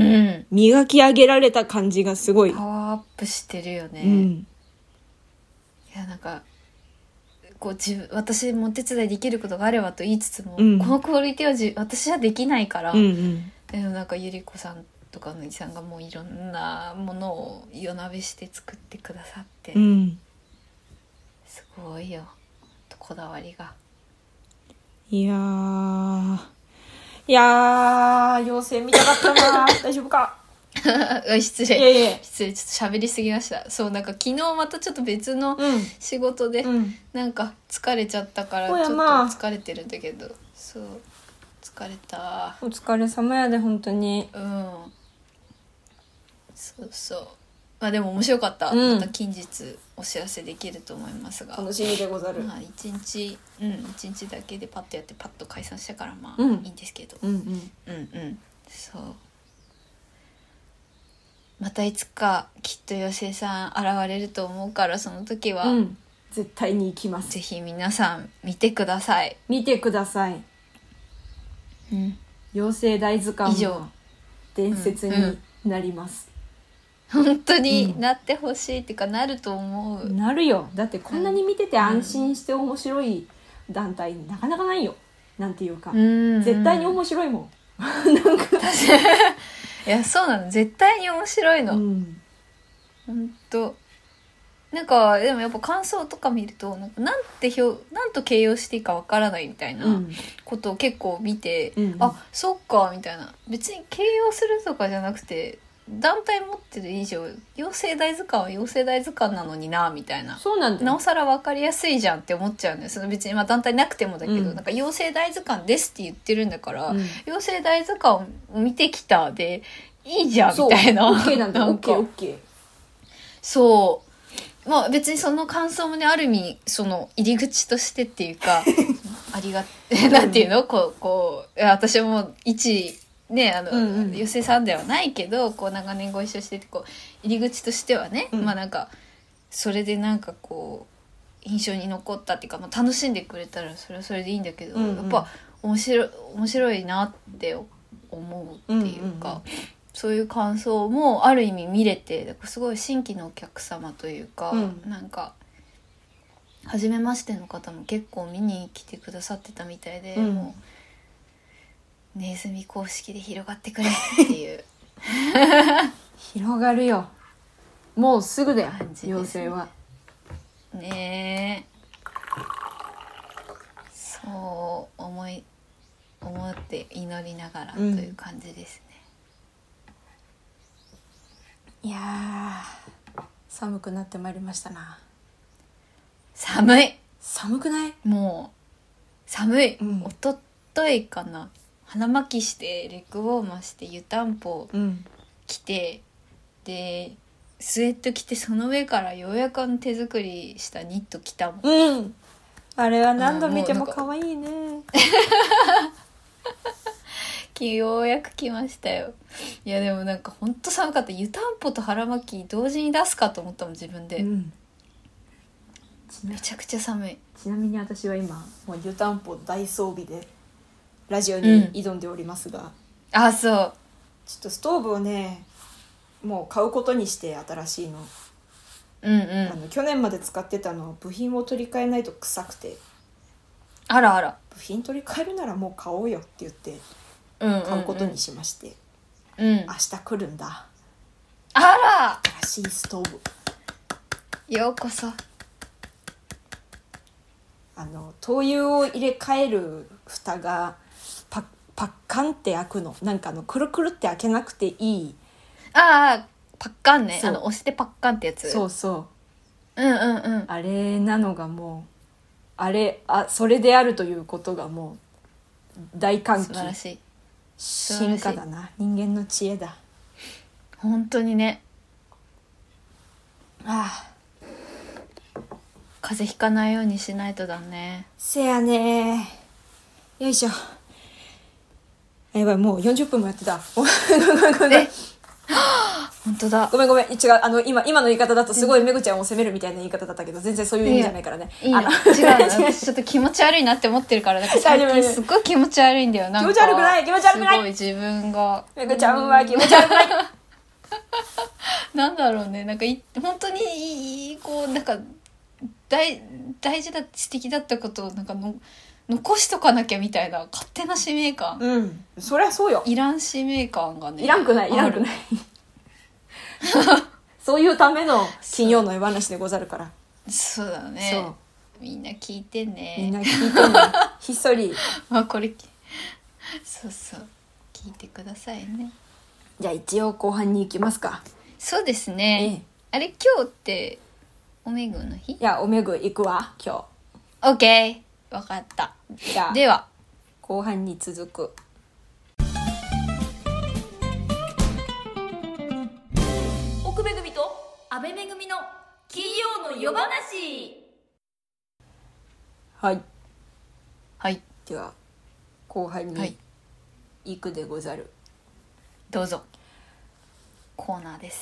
磨き上げられた感じがすごいパワーアップしてるよね、 うん、 いやなんかこう自分私もお手伝いできることがあればと言いつつも、うん、このクオリティはじ私はできないから、 うんうん、 でもなんかゆり子さんとかのいさんがもういろんなものを夜なべして作ってくださって、 うん、 すごいよこだわりが。 いやーいやー妖精見たかったな大丈夫か失礼いやいや失礼ちょっと喋りすぎました。そうなんか昨日またちょっと別の仕事で、 うん、 なんか疲れちゃったからちょっと疲れてるんだけど、そう疲れた。 お疲れ様やで本当に。 うんそうそうまあでも面白かった、うん、また近日お知らせできると思いますが、 楽しみでござる。 まあ一日うん一日だけでパッとやってパッと解散したからまあ、 うん、 いいんですけど、 うんうん、 うんうんそうまたいつかきっと妖精さん現れると思うから、その時は、 うん、絶対に行きます。 ぜひ皆さん見てください。 見てください。 うん、 妖精大図鑑も伝説になります。 うんうん、本当になってほしいっていうか、なると思う。 なるよ。だってこんなに見てて安心して面白い団体、うん、なかなかないよ。なんていうか、うんうん、絶対に面白いもん。なんかいやそうなの絶対に面白いの。うん、ほんとなんかでもやっぱ感想とか見るとなんかなんて表なんと形容していいかわからないみたいなことを結構見て、うん、あそっかみたいな、別に形容するとかじゃなくて団体持ってる以上妖精大図鑑は妖精大図鑑なのになみたいな、 そうなんだよ。 なおさら分かりやすいじゃんって思っちゃうんだよ。その別にまあ団体なくてもだけど、 うんなんか妖精大図鑑ですって言ってるんだから、 うん妖精大図鑑を見てきたでいいじゃんみたいな。 オッケーなんだ。 なんかオッケーオッケー。 そうまあ別にその感想もねある意味その入り口としてっていうかありがなんていうのこうこう私も一ねあの、 うんうん妖精さんではないけどこう長年ご一緒しててこう入り口としてはね、 うんまあなんかそれでなんかこう印象に残ったっていうか、まあ、楽しんでくれたらそれはそれでいいんだけど、 うんうんやっぱ面白い面白いなって思うっていうか、 うんうんうんそういう感想もある意味見れてだからすごい新規のお客様というか、 うんなんか初めましての方も結構見に来てくださってたみたいで、 うんもうネズミ公式で広がってくれっていう広がるよ。もうすぐだよ感じですね妖精は。 ねえそう思い思って祈りながらという感じですね、 いやー寒くなってまいりましたな。 寒い寒くない？ もう寒い、 うんおとといかな花巻してレッグウォーマーして湯たんぽうん。 着てでスウェット着てその上からようやくあの手作りしたニット着たもん。 うん。あれは何度見てもあーもうなんか可愛いね。 ようやく来ましたよ。いやでもなんかほんと寒かった。湯たんぽと腹巻き同時に出すかと思ったもん自分で、 うん。 めちゃくちゃ寒い。 ちなみに私は今もう湯たんぽ大装備でラジオに挑んでおりますが、 あそうちょっとストーブをねもう買うことにして新しいの、 うんうんあの去年まで使ってたの部品を取り替えないと臭くて、 あらあら部品取り替えるならもう買おうよって言ってうんうん、うん、 買うことにしまして、 うん明日来るんだあら新しいストーブ。 ようこそ。 あの灯油を入れ替える蓋がパッパッカンって開くの。なんかあのくるくるって開けなくていい。 ああパッカンね。 そうあの押してパッカンってやつ。 そうそううんうんうんあれなのがもうあれあそれであるということがもう大歓喜。 素晴らしい。 進化だな。人間の知恵だ。 本当にね。 ああ風邪ひかないようにしないとだね。 せやねよいしょ。やばいもうよんじゅっぷんもやってた。ごめんごめんえ本当だ。 ごめんごめん違うあの今今の言い方だとすごいめぐちゃんを責めるみたいな言い方だったけど全然そういう意味じゃないからね。 いいのあの違うの私ちょっと気持ち悪いなって思ってるからだから最近すっごい気持ち悪いんだよ。なんか気持ち悪くない気持ち悪くないすごい自分がめぐちゃんは気持ち悪くない。 なんだろうねなんかい本当にいいこうなんか大大事だ素敵だったことをなんかの残しとかなきゃみたいな勝手な使命感、 うんそりゃそうよ。 いらん使命感がねいらんくないいらんくないそういうための金曜の夜話でござるから。 そうだね。 そうみんな聞いてね。 みんな聞いてねひっそり。 まあこれそうそう聞いてくださいね。 じゃあ一応後半に行きますか。 そうですね、 ええあれ今日っておめぐの日？ いやおめぐ行くわ今オッケーわかった。 日。じゃあでは後半に続く。 奥めぐみと安倍めぐみの金曜の夜話。 はいはいでは後半はいに行くでござる。 どうぞ。コーナーです。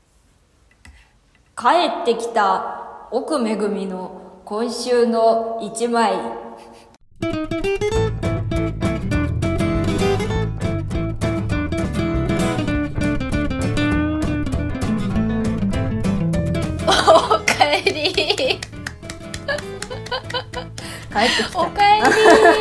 帰ってきた奥めぐみの今週の一枚。 おかえり。 帰ってきた。 おかえり。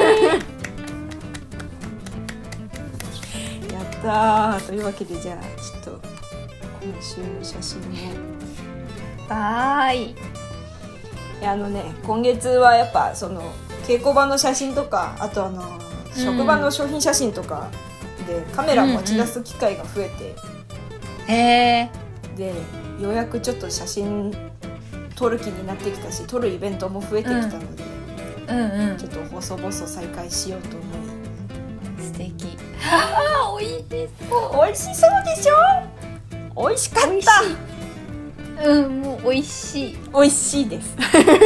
やったーというわけでじゃあちょっと今週の写真を。 バーイ。 いやあのね今月はやっぱその稽古場の写真とかあとあの職場の商品写真とかでカメラ持ち出す機会が増えて、 へえ。 でようやくちょっと写真撮る気になってきたし、撮るイベントも増えてきたので、 うんうん。 ちょっと細々再開しようと思い。 素敵。はあ、美味しそう。 美味しそうでしょ。美味しか美味しった。 い。うん、もう美味しい。 美味しいです。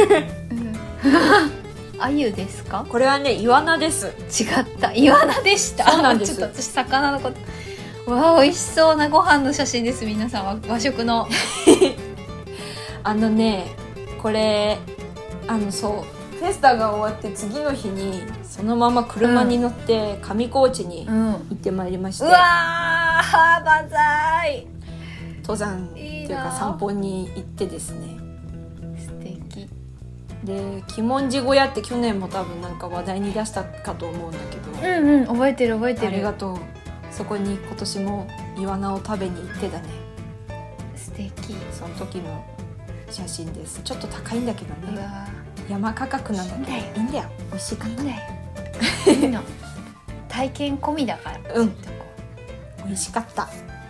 あゆですか？ これはね、イワナです。 違った、イワナでした。 そうなんです。 ちょっと私魚のことわあ、美味しそうなご飯の写真です。皆さんは和食のあのね、これあのそうフェスタが終わって次の日にそのまま車に乗って上高地に行ってまいりまして、 うん、うわー万歳。 登山っていうか散歩に行ってですね。 素敵で、鬼門寺小屋って去年も多分なんか話題に出したかと思うんだけど、 うんうん、覚えてる覚えてる。 ありがとう。そこに今年もイワナを食べに行ってだね。 素敵。 その時の写真です。ちょっと高いんだけどね、 うわ山価格なんだけどいいんだよ。美味しかった。 いいんだよいいの体験込みだから。 うん美味しかった。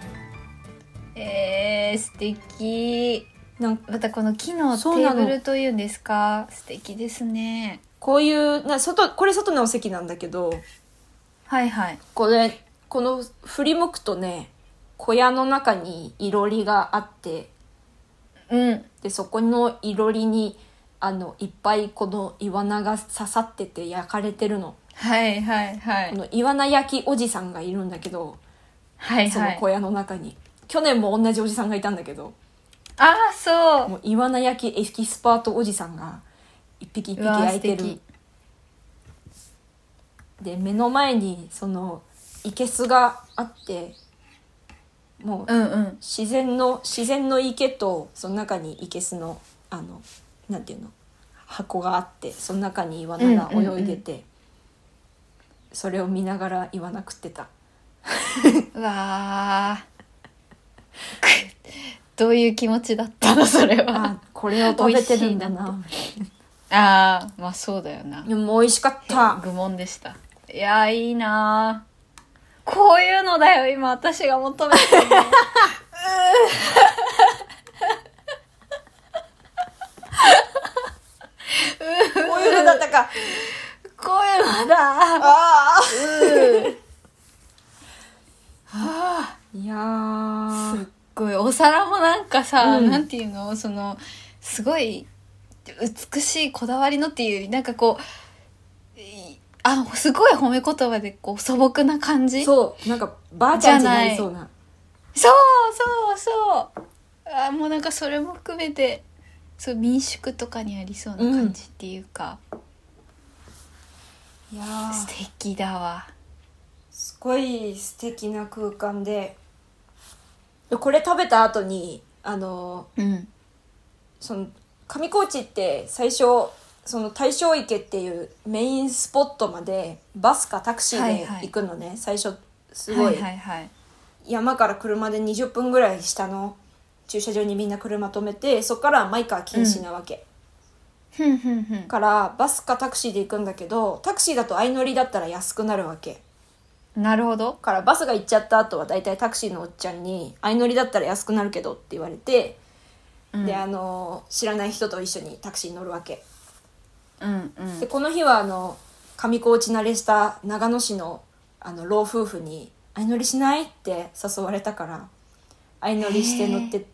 えー、素敵。 なんかまたこの木のテーブルというんですか、素敵ですね。 こういうな外これ外のお席なんだけど、 はいはい。 これこの振り向くとね、小屋の中にいろりがあって、 うん。 でそこのいろりにあのいっぱいこのイワナが刺さってて焼かれてるの。 はいはいはい。 このイワナ焼きおじさんがいるんだけど、 はいはい。 その小屋の中に去年も同じおじさんがいたんだけど、 ああそう。 もうイワナ焼きエキスパートおじさんが一匹一匹焼いてる。で目の前にその生けすがあって、もううんうん。 自然の自然の池とその中に生けすのあのなんていうの箱があって、その中にイワナが泳いでて、うんうんうん、それを見ながらイワナ食ってた。 うわーどういう気持ちだったのそれは。 あ、これを食べてるんだな。 ああ、まあそうだよな。 でも美味しかった。 愚問でした。いやーいいなー。こういうのだよ今私が求めてるの。 こういうのだったか。 こういうのだ。 ああ。 いやーすっごいお皿もなんかさ、 うん、 なんていうの、そのすごい美しいこだわりのっていうよりなんかこうあすごい褒め言葉でこう素朴な感じ。 そうなんかばあちゃんちになりそうな。 そうそうそう。あもうなんかそれも含めてそう民宿とかにありそうな感じっていうか、 うん、いや素敵だわ。 すごい素敵な空間で、これ食べた後にあの、 うん、 その上高地って最初その大正池っていうメインスポットまでバスかタクシーで行くのね、はいはい、最初すごい、はいはいはい、山から車でにじゅっぷんぐらい下の駐車場にみんな車止めて、そこからマイカー禁止なわけ、 うん、ふんふんふんからバスかタクシーで行くんだけど、タクシーだと相乗りだったら安くなるわけ。 なるほど。 からバスが行っちゃった後はだいたいタクシーのおっちゃんに相乗りだったら安くなるけどって言われて、うん、であの知らない人と一緒にタクシーに乗るわけ、 うんうん、 でこの日はあの上高地慣れした長野市のあの老夫婦に相乗りしないって誘われたから相乗りして乗ってって、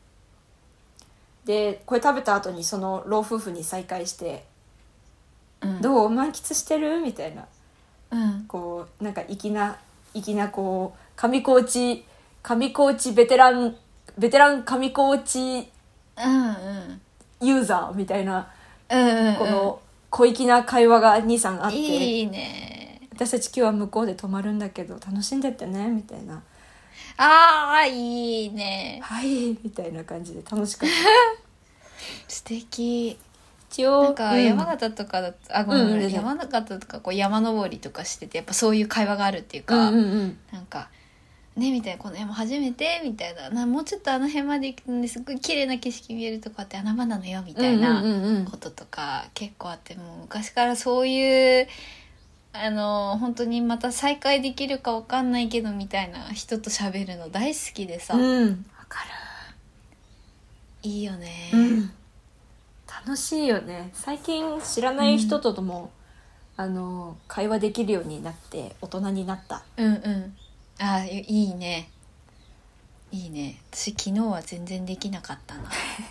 でこれ食べた後にその老夫婦に再会して、うん、どう満喫してるみたいな、うん、こうなんか粋な粋なこう上高地上高地ベテランベテラン上高地ユーザーみたいな、うんうんうん、この小粋な会話がにさんあって、 いいね。 私たち今日は向こうで泊まるんだけど楽しんでってねみたいな、 あーいいね、 はいみたいな感じで楽しかった素敵。 一応なんか山形とかだと、うん、あごめん、うん、山形とかこう山登りとかしててやっぱそういう会話があるっていうか、 うんうんうん、 なんかねみたいな、この山初めてみたいな、なもうちょっとあの辺まで行くんですごい綺麗な景色見えるとかって穴場なのよみたいなこととか結構あって、もう昔からそういうあの本当にまた再会できるかわかんないけどみたいな人と喋るの大好きでさ、 うんわかいいよね、 る、うん、楽しいよね。最近知らない人とも、うん、あの会話できるようになって大人になった。 うんうんあいいねいいね。私昨日は全然できなかったな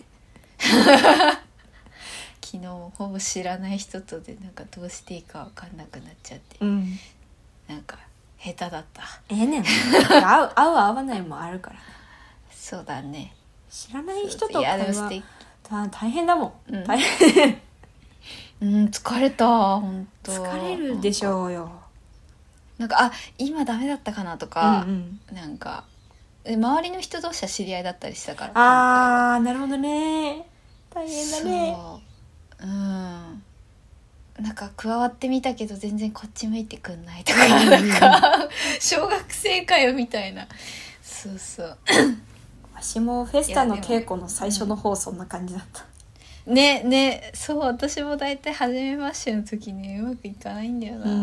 昨日ほぼ知らない人とでなんかどうしていいか分かんなくなっちゃって、 うん、 なんか下手だった。 ええねん合う合う合わないもあるからね。 そうだね。 知らない人と会話大変だもん、 うん、 大変うん疲れた本当。 疲れるでしょうよ。 なんかあ今ダメだったかなとか、 うんうん、 なんか周りの人同士は知り合いだったりしたから。 あーなるほどね。大変だね。 そううんなんか加わってみたけど全然こっち向いてくんないとか、なんか小学生かよみたいな。そうそう私もフェスタの稽古の最初の方そんな感じだった。 ねねそう私も大体初めましての時にうまくいかないんだよな、うん、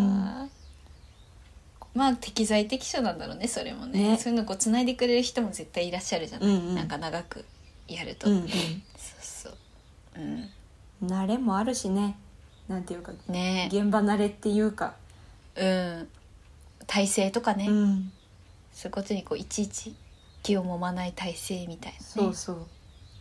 まあ適材適所なんだろうねそれも ね, ねそういうのこう繋いでくれる人も絶対いらっしゃるじゃない、うんうん、なんか長くやると、うんうん、そうそう、 うん、慣れもあるしね。なんていうか、 ね、 現場慣れっていうか、 うん体勢とかね、 うん、 そういうことにこういちいち気を揉まない体勢みたいな、ね、 そうそう。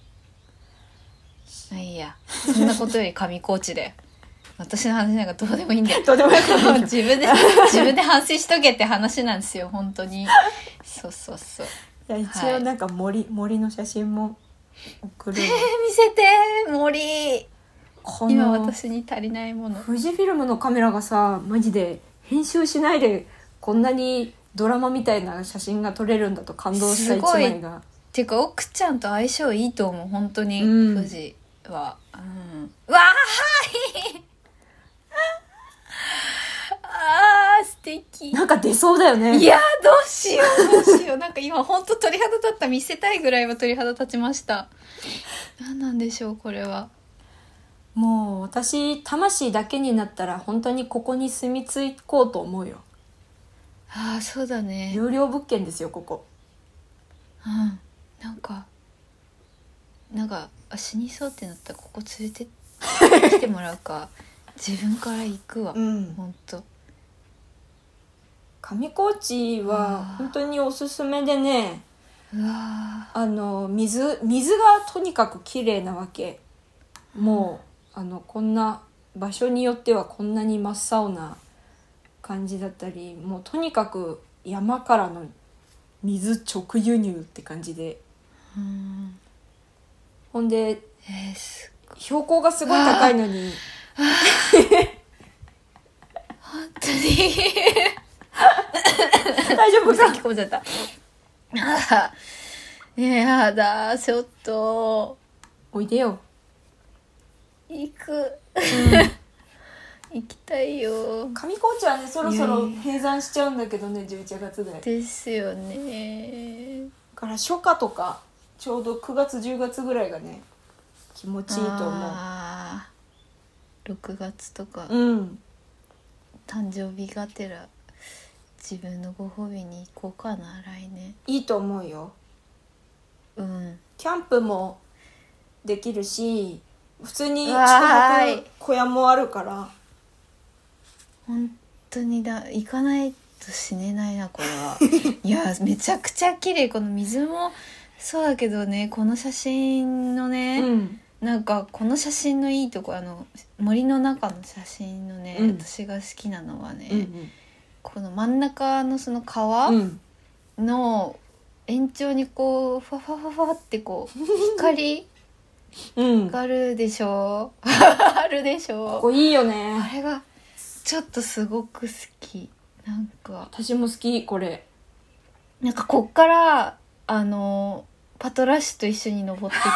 あいいやそんなことより神コーチで私の話なんかどうでもいいんだよどうでもいい自分で自分で反省しとけって話なんですよ本当に。そうそうそう。 いや一応なんか森、はい、森の写真も送る。 えー、見せて森。今私に足りないもの。 富士フィルムのカメラがさマジで編集しないでこんなにドラマみたいな写真が撮れるんだと感動した一枚が。 てか奥ちゃんと相性いいと思う本当に、うん、富士は、うん、うわーいあー素敵。 なんか出そうだよね。 いやーどうしようどうしようなんか今本当鳥肌立った。見せたいぐらいは鳥肌立ちました。何なんでしょうこれは。 もう私魂だけになったら本当にここに住み着こうと思うよ。 ああそうだね。 有料物件ですよここ。 うんなんかなんかあ死にそうってなったらここ連れて来てもらうか自分から行くわ、うん、ほんと上高地は本当におすすめでね。 うわあの 水, 水がとにかく綺麗なわけ。もう、うん、あのこんな場所によってはこんなに真っ青な感じだったり、もうとにかく山からの水直輸入って感じで、うん、ほんで、 えー、す標高がすごい高いのに本当に大丈夫か。 聞こえちゃったあやだちょっとおいでよ。 行く、うん、行きたいよ。 上高地はねそろそろ閉山しちゃうんだけどね、じゅういちがつで。 ですよね。 だから初夏とかちょうどくがつじゅうがつぐらいがね気持ちいいと思う。 あろくがつとか、 うん、 誕生日がてら自分のご褒美に行こうかな来年。 いいと思うよ。 うんキャンプもできるし普通に宿泊小屋もあるから。 本当にだ行かないと死ねないなこれはいやめちゃくちゃ綺麗。この水もそうだけどねこの写真のね、うん、なんかこの写真のいいとこあの森の中の写真のね、うん、私が好きなのはね、うんうん、この真ん中のその川の延長にこうファファファファってこう光があるでしょ、うん、あるでしょ。 ここいいよね。 あれがちょっとすごく好き。なんか私も好きこれ。 なんかこっからあのパトラッシュと一緒に登ってき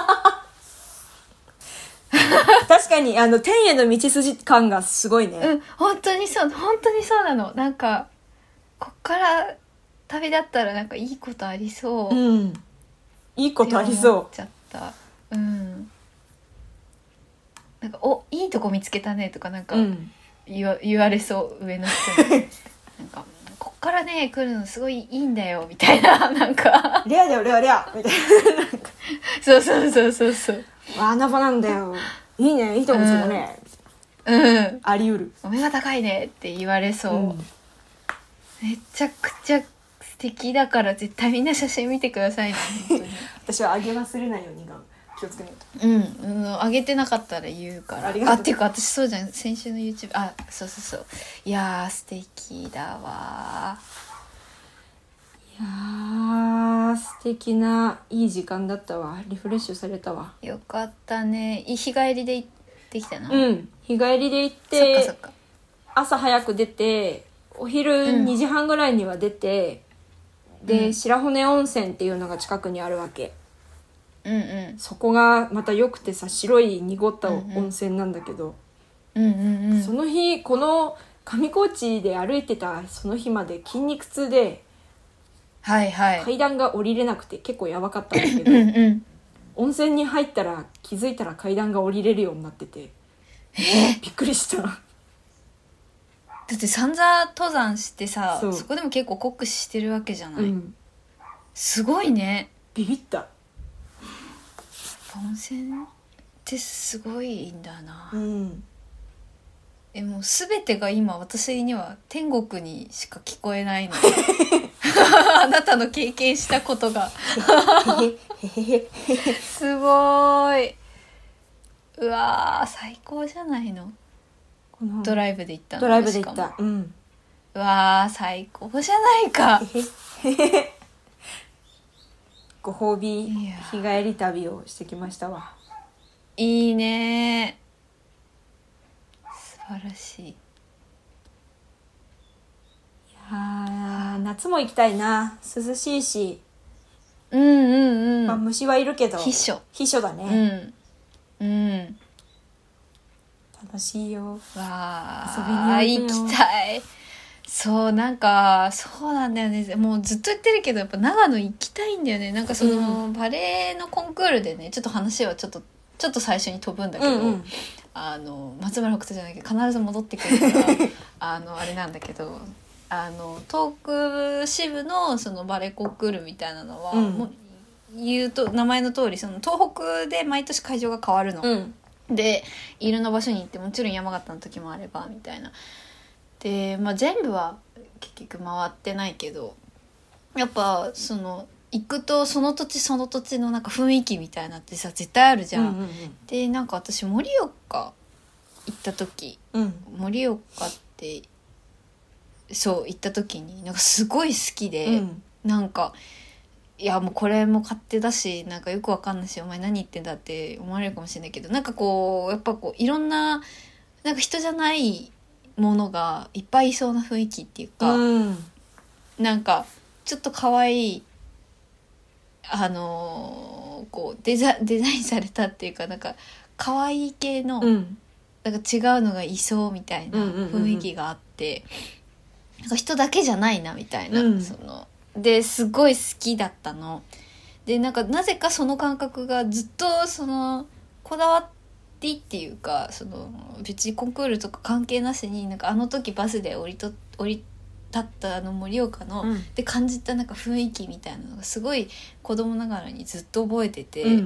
た確かにあの天への道筋感がすごいね。 うん本当にそう本当にそうなの。なんかこっから旅立ったらなんかいいことありそう、 うん、いいことありそう思っちゃった。うんなんかおいいとこ見つけたねとかなんか、うん、 言わ言われそう上の人になんかこっからね来るのすごいいいんだよみたいななんかレアだよレアレアみたいななんかそうそうそうそうそうわ穴場なんだよいいねいいと思うんですけどね、 うん、 あり得るお目が高いねって言われそう、うん、めちゃくちゃ素敵だから絶対みんな写真見てくださいね本当に私はあげ忘れないようにが気をつけないと。 うん、うん、あげてなかったら言うから。ありがとう。あ、っていうか私そうじゃん先週の YouTube あそうそうそういやー素敵だわいやー素敵ないい時間だったわリフレッシュされたわよかったね日帰りで行ってきたのうん日帰りで行ってそっかそっか朝早く出てお昼にじはんぐらいには出て、うん、で、うん、白骨温泉っていうのが近くにあるわけうんうんそこがまた良くてさ白い濁った温泉なんだけど、 うんうんうん、 その日この上高地で歩いてたその日まで筋肉痛で、 はいはい、 階段が降りれなくて結構やばかったんだけどうん、うん、 温泉に入ったら気づいたら階段が降りれるようになっててえびっくりしただって三座登山してさそ, そこでも結構酷使してるわけじゃない、 うん、 すごいねビビった温泉ってすごいんだな、 うん、 えもう全てが今私には天国にしか聞こえないのあなたの経験したことがすごい、うわー最高じゃないの。 このドライブで行ったの。 ドライブで行った、うん、 うわー最高じゃないかご褒美日帰り旅をしてきましたわ。 いいね素晴らしい。いや夏も行きたいな涼しいしうんうんうん、 まあ、虫はいるけど秘書秘書だねうん、うん、 楽しいよわ遊びに行きたい。そうなんかそうなんだよねもうずっと言ってるけどやっぱ長野行きたいんだよね。なんかその、うん、バレエのコンクールでねちょっと話はちょっとちょっと最初に飛ぶんだけど、うんうん、あの松村北斗じゃないけど必ず戻ってくるからあのあれなんだけどあの東北支部のそのバレエコンクールみたいなのは、うん、もう言うと名前の通りその東北で毎年会場が変わるの、うん、でいろんな場所に行ってもちろん山形の時もあればみたいなで、まあ、全部は結局回ってないけどやっぱその行くとその土地その土地のなんか雰囲気みたいなってさ絶対あるじゃん、うんうんうん、でなんか私盛岡行った時盛、うん、岡ってそう行った時になんかすごい好きで、うん、なんかいやもうこれも勝手だしなんかよくわかんないしお前何言ってんだって思われるかもしれないけどなんかこうやっぱこういろんななんか人じゃないものがいっぱいいそうな雰囲気っていうか、うん、なんかちょっと可愛いあのー、こうデザ、デザインされたっていうかなんか可愛い系の、うん、なんか違うのがいそうみたいな雰囲気があって、うんうんうん、なんか人だけじゃないなみたいな、うん、そのですごい好きだったのでなんかなぜかその感覚がずっとそのこだわってっていうかその別にコンクールとか関係なしになんかあの時バスで降りと降り立ったあの盛岡の、うん、で感じたなんか雰囲気みたいなのがすごい子供ながらにずっと覚えてて、うんうんうん、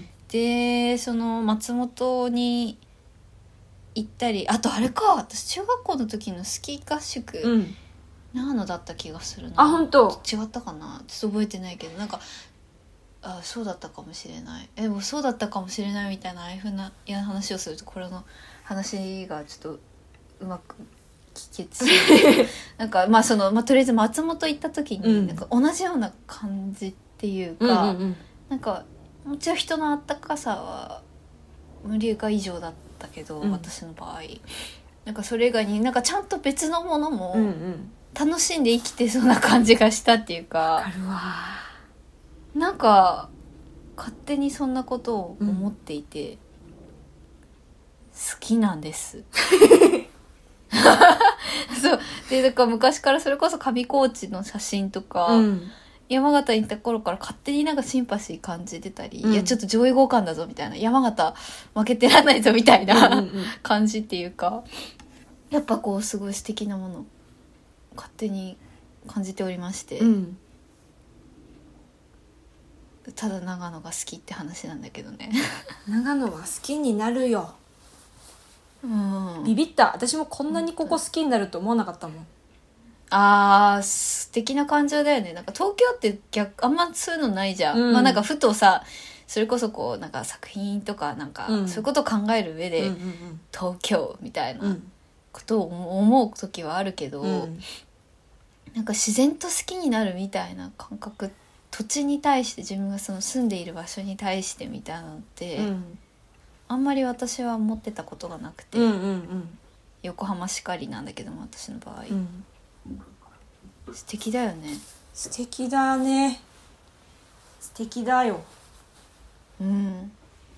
でその松本に行ったりあとあれか私中学校の時のスキー合宿、うん、長野だった気がするなあ本当違ったかなちょっと覚えてないけどなんかあそうだったかもしれないえでもそうだったかもしれないみたいなああいうふうな嫌な話をするとこれの話がちょっとうまく聞けてなんかまあその、まあ、とりあえず松本行った時に、うん、なんか同じような感じっていうか、うんうんうん、なんかもちろん人のあったかさは盛岡以上だったけど、うん、私の場合なんかそれ以外になんかちゃんと別のものも楽しんで生きてそうな感じがしたっていうか、 わかるわなんか勝手にそんなことを思っていて、うん、好きなんですそうでだから昔からそれこそ上高地の写真とか、うん、山形に行った頃から勝手になんかシンパシー感じてたり、うん、いやちょっと上位互換だぞみたいな山形負けてらんないぞみたいな、うんうんうん、感じっていうかやっぱこうすごい素敵なもの勝手に感じておりまして、 うん、 ただ長野が好きって話なんだけどね長野は好きになるよ。 うん、 ビビった。私もこんなにここ好きになると思わなかったもん。 あー素敵な感情だよね。なんか東京って逆あんまそういうのないじゃん、うん、まあなんかふとさそれこそこうなんか作品とかなんか、そういうことを考える上で、うんうんうん、東京みたいなことを思う時はあるけど、うん、なんか自然と好きになるみたいな感覚、土地に対して自分がその住んでいる場所に対してみたいなのって、うん、あんまり私は思ってたことがなくて、うんうんうん、横浜しかりなんだけども私の場合、うん、素敵だよね。 素敵だね。素敵だよ。 うん。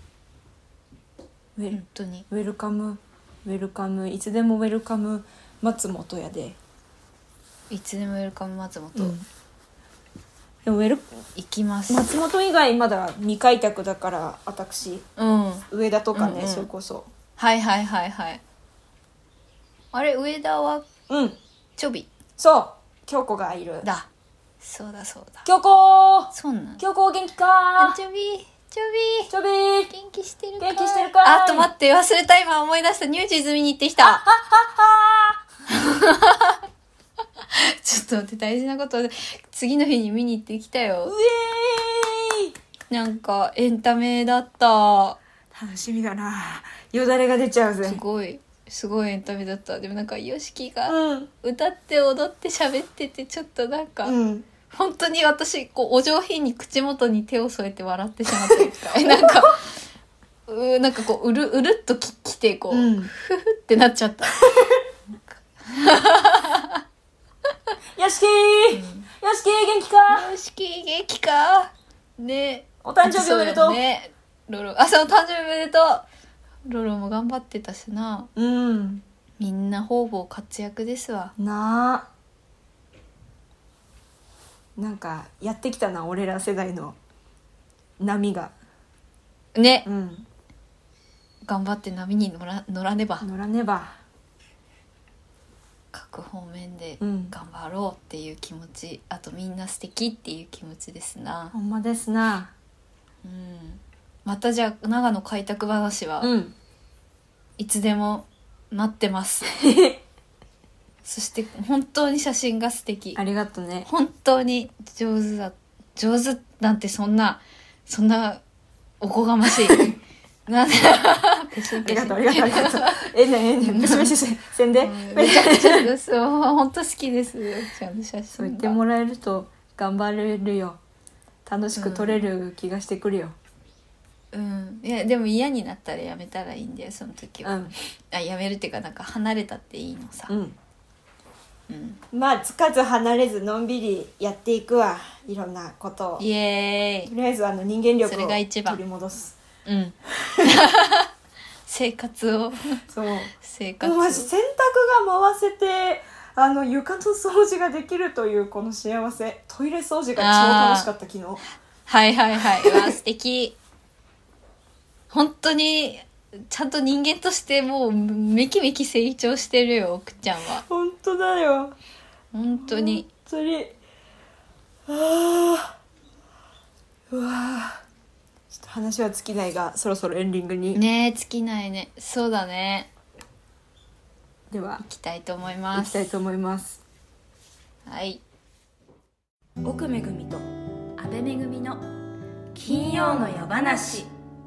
ウェル本当にウェルカムウェルカムいつでもウェルカム松本やで。 いつでもウェルカム松本、うん、 でもウェル行きます。 松本以外まだ未開拓だから私、 うん、 上田とかね、うんうん、それこそはいはいはいはい。あれ上田はうんちょび、 そう京子がいるだ。そうだそうだ京子そうなん京子元気か。 ちょびちょびちょび元気してるか。 元気してるか。 あと待って忘れた。今思い出した。ニュージーズ見に行ってきた。ははははちょっと待って大事なことで次の日に見に行ってきたよ。 うえーい。 なんかエンタメだった。 楽しみだな。よだれが出ちゃうぜ。 すごいすごいエンタメだった。でもなんかヨシキが歌って踊って喋っててちょっとなんか、うん、本当に私こうお上品に口元に手を添えて笑ってしまったりとかなんかうなんかこううるうるっとききてこう、うん、ふふってなっちゃったよしきー、うん、よしきー元気か。 よしきー元気かね。 お誕生日おめでとうね。ロロあそう誕生日おめでとう。ロロも頑張ってたしな。 うんみんな方々活躍ですわなあ。なんかやってきたな俺ら世代の波がね、 うん、 頑張って波に乗ら、乗らねば乗らねば各方面で頑張ろうっていう気持ち、うん、あとみんな素敵っていう気持ちですな。 ほんまですな、 うん、またじゃあ長野開拓話は、うん、いつでも待ってますそして本当に写真が素敵。 ありがとね。 本当に上手だ。上手なんてそんなそんなおこがましいなんでペシンペシンありがとうありがとうありがとうええねんええねんペシペシせんでめちゃくちゃです本当好きですよちゃんと写真が。 そう言ってもらえると頑張れるよ。楽しく撮れる気がしてくるよ。 うん、いやでも嫌になったらやめたらいいんだよその時は、うん、あやめるっていうかなんか離れたっていいのさ、 うんうん、まあつかず離れずのんびりやっていくわいろんなことを。 イエーイ。 とりあえずあの人間力をそれが一番取り戻す。 うん生活をそう生活をマジ洗濯が回せてあの床の掃除ができるというこの幸せ。トイレ掃除が超楽しかった昨日。 はいはいはい。うわ素敵本当にちゃんと人間としてもうめきめき成長してるよ奥ちゃんは。 本当だよ本当に本当にあーうわちょっと話は尽きないがそろそろエンディングにねえ尽きないね。そうだね。 では行きたいと思います。 行きたいと思います。 はい。 奥めぐみと阿部めぐみの金曜の夜話。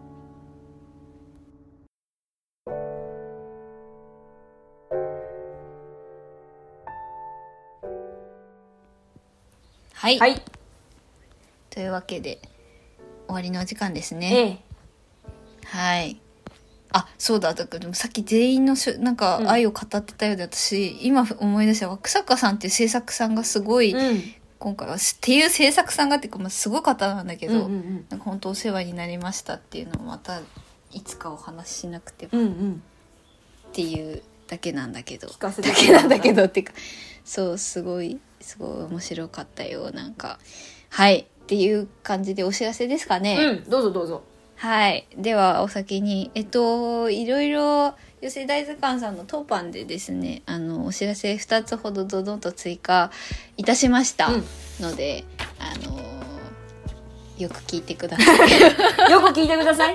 はい、はい、というわけで終わりのお時間ですね、ええ、はい。あそうだだからさっき全員のしなんか愛を語ってたようで、うん、私今思い出した枠坂さんっていう制作さんがすごい、うん、今回はっていう制作さんがっていうか、まあ、すごい方なんだけど、うんうんうん、なんか本当お世話になりましたっていうのをまたいつかお話ししなくても、うんうん、っていうだけなんだけど聞かせてだけなんだけどっていうかそうすごいすごい面白かったよなんかはいっていう感じでお知らせですかね。 うんどうぞどうぞ。 はいではお先にえっといろいろ寄せ大図鑑さんの当版でですね、あのお知らせふたつほどドドンと追加いたしましたので、うん、あのよく聞いてください。 よく聞いてください。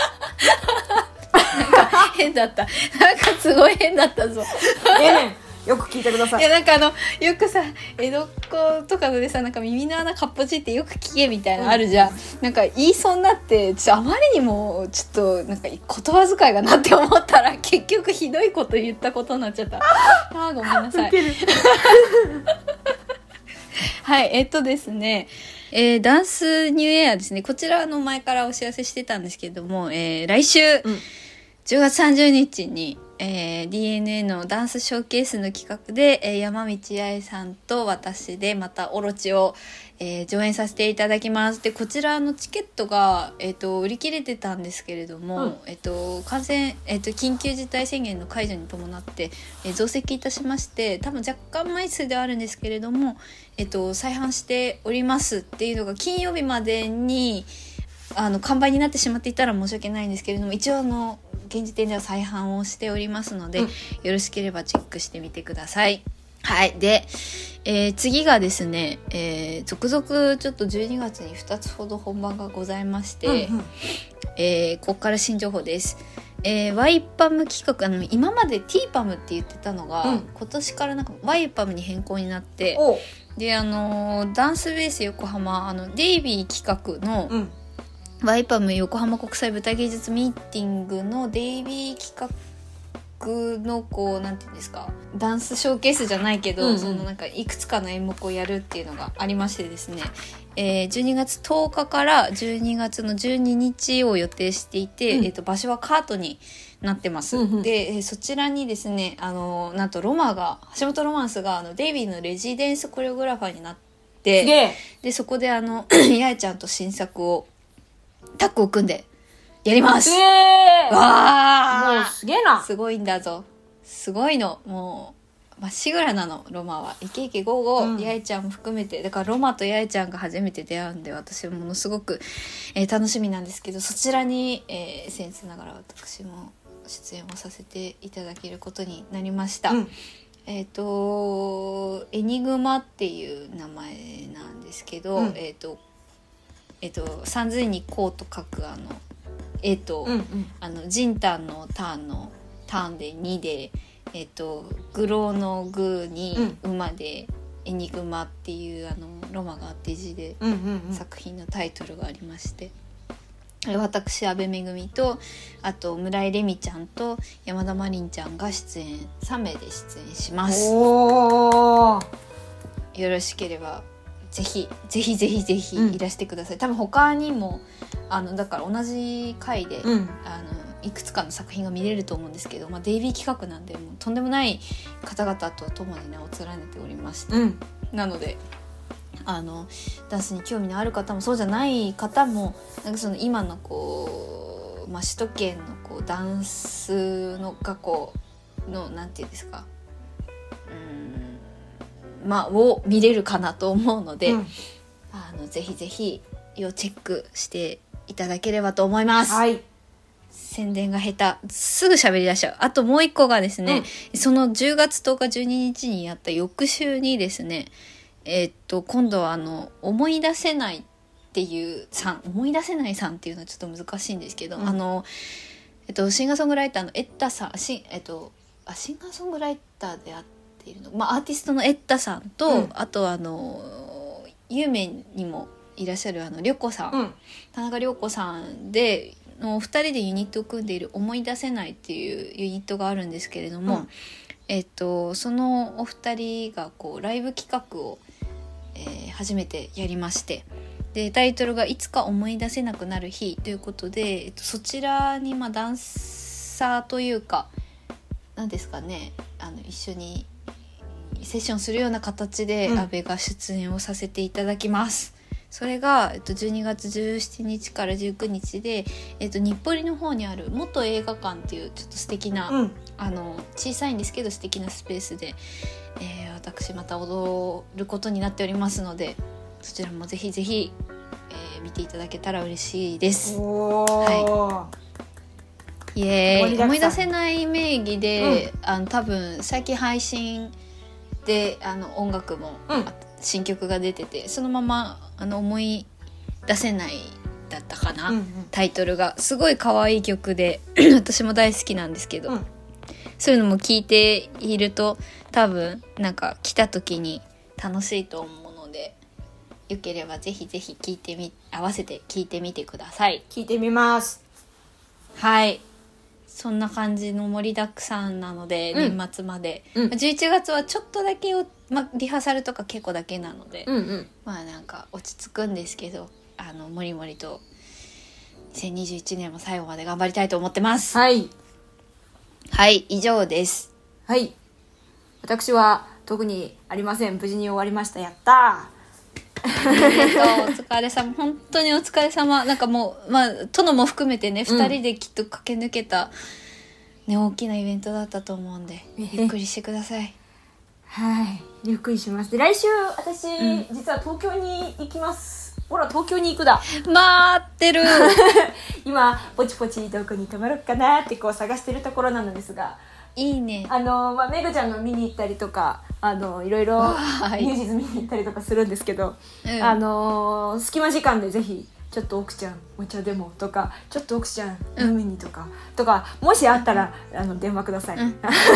なんか変だった。なんかすごい変だったぞ。 ええねん。よく聞いてください。 いやなんかあのよくさ江戸っ子とかでさなんか耳の穴かっぽじってよく聞けみたいなのあるじゃん、うん、なんか言いそうになってちょあまりにもちょっとなんか言葉遣いがなって思ったら結局ひどいこと言ったことになっちゃった。あーごめんなさい。はいえっとですねえー、ダンスニューエアですね。こちらの前からお知らせしてたんですけれども、えー、来週、うん、じゅうがつさんじゅうにちにえー、ディーエヌエー のダンスショーケースの企画で、えー、山道八重さんと私でまたオロチを、えー、上演させていただきます。でこちらのチケットが、えー、と売り切れてたんですけれども、うんえー、と感染、えー、と緊急事態宣言の解除に伴って、えー、増席いたしまして多分若干枚数ではあるんですけれども、えー、と再販しておりますっていうのが金曜日までにあの完売になってしまっていたら申し訳ないんですけれども一応あの現時点では再販をしておりますので、うん、よろしければチェックしてみてください。はいで、えー、次がですね、えー、続々ちょっとじゅうにがつにふたつほど本番がございまして、うんうんえー、ここから新情報です。えー、ワイパム企画あの今まで ティーパム って言ってたのが、うん、今年からなんかワイパムに変更になってであのー、ダンスベース横浜あのデイビー企画の、うんワイパム横浜国際舞台芸術ミーティングのデイビー企画のこうなんていうんですかダンスショーケースじゃないけど、うんうん、そのなんかいくつかの演目をやるっていうのがありましてですね、えー、じゅうにがつとおかからじゅうにがつのじゅうににちを予定していて、うんえー、と場所はカートになってます、うんうん、でそちらにですねあのなんとロマが橋本ロマンスがあのデイビーのレジデンスコレオグラファーになってでそこであの八重ちゃんと新作をタッグを組んでやります。 えー、 わーもうすげえな。 すごいんだぞ。すごいの。もうまっしぐらなのロマは。イケイケゴーゴー、うん、八重ちゃんも含めてだからロマと八重ちゃんが初めて出会うんで私はものすごく、えー、楽しみなんですけどそちらに、えー、僭越ながら私も出演をさせていただけることになりました。うんえっ、ー、とエニグマっていう名前なんですけど、うん、えっ、ー、とえっと、三髄にこうと書くあの絵と、うんうん、あのジンタンのターンのターンでにで、えっと、グローのグに馬で、うん、エニグマっていうあのロマがあって字で、うんうんうん、作品のタイトルがありまして私阿部めぐみとあと村井レミちゃんと山田真凜ちゃんが出演さんめいで出演します。 おーよろしければぜひぜひぜひぜひいらしてください、うん、多分他にもあのだから同じ回で、うん、あのいくつかの作品が見れると思うんですけど、まあ、デイビー企画なんでもうとんでもない方々と共に名を連ねておりまして、うん、なのであのダンスに興味のある方もそうじゃない方もなんかその今のこう、まあ、首都圏のこうダンスの学校のなんていうんですかまあ、を見れるかなと思うので、うん、あのぜひぜひ要チェックしていただければと思います、 はい、 宣伝が下手すぐ喋り出しちゃう。あともう一個がですね、うん、そのじゅうがつとおかじゅうににちにやった翌週にですねえー、っと今度はあの思い出せないっていうさん思い出せないさんっていうのはちょっと難しいんですけど、うん、あのえっとシンガーソングライターのエッタさんシン、えっと、あシンガーソングライターであっているの、まあ、アーティストのエッタさんと、うん、あとあの有名にもいらっしゃるあのりょこさん、うん、田中涼子さんでのふたりでユニットを組んでいる思い出せないっていうユニットがあるんですけれども、うんえっと、そのお二人がこうライブ企画を、えー、初めてやりましてでタイトルがいつか思い出せなくなる日ということで、えっと、そちらにまあダンサーというか何ですかねあの一緒にセッションするような形で阿部が出演をさせていただきます、うん、それが、えっと、じゅうにがつじゅうしちにちからじゅうくにちで、えっと、日暮里の方にある元映画館っていうちょっと素敵な、うん、あの小さいんですけど素敵なスペースで、えー、私また踊ることになっておりますのでそちらもぜひぜひ、えー、見ていただけたら嬉しいです。 おー、 はいイエーイ。 盛りだくさん思い出せない名義で、うん、あの多分最近配信であの音楽も、うん、新曲が出てて、そのままあの思い出せないだったかな、うんうん、タイトルがすごい可愛い曲で私も大好きなんですけど、うん、そういうのも聞いていると多分なんか来た時に楽しいと思うので、よければぜひぜひ聞いてみ合わせて聞いてみてください。 聞いてみます。 はい、そんな感じの盛りだくさんなので、うん、年末まで、うん、じゅういちがつはちょっとだけ、ま、リハーサルとか結構だけなので、うんうん、まあなんか落ち着くんですけど、あのもりもりとにせんにじゅういちねんも最後まで頑張りたいと思ってます。 はいはい、以上です。 はい、私は特にありません。無事に終わりました。やったーおめでとう、お疲れ様、本当にお疲れ様。なんかもう、まあ、殿も含めてね、ふたりできっと駆け抜けた、ね、大きなイベントだったと思うんで、ゆっくりしてください。 はい、ゆっくりします。で、来週、私、うん、実は東京に行きます。ほら、東京に行くだ。 待ってる今、ポチポチどこに泊まろうかなってこう探してるところなのですが、 いいね。 あの、まあ、めぐちゃんの見に行ったりとか、あのいろいろミュージズ見に行ったりとかするんですけど、うん、あの隙間時間でぜひちょっと奥ちゃんお茶でもとか、ちょっと奥ちゃん飲みにとか、うん、とかもしあったら、うん、あの電話ください、うん、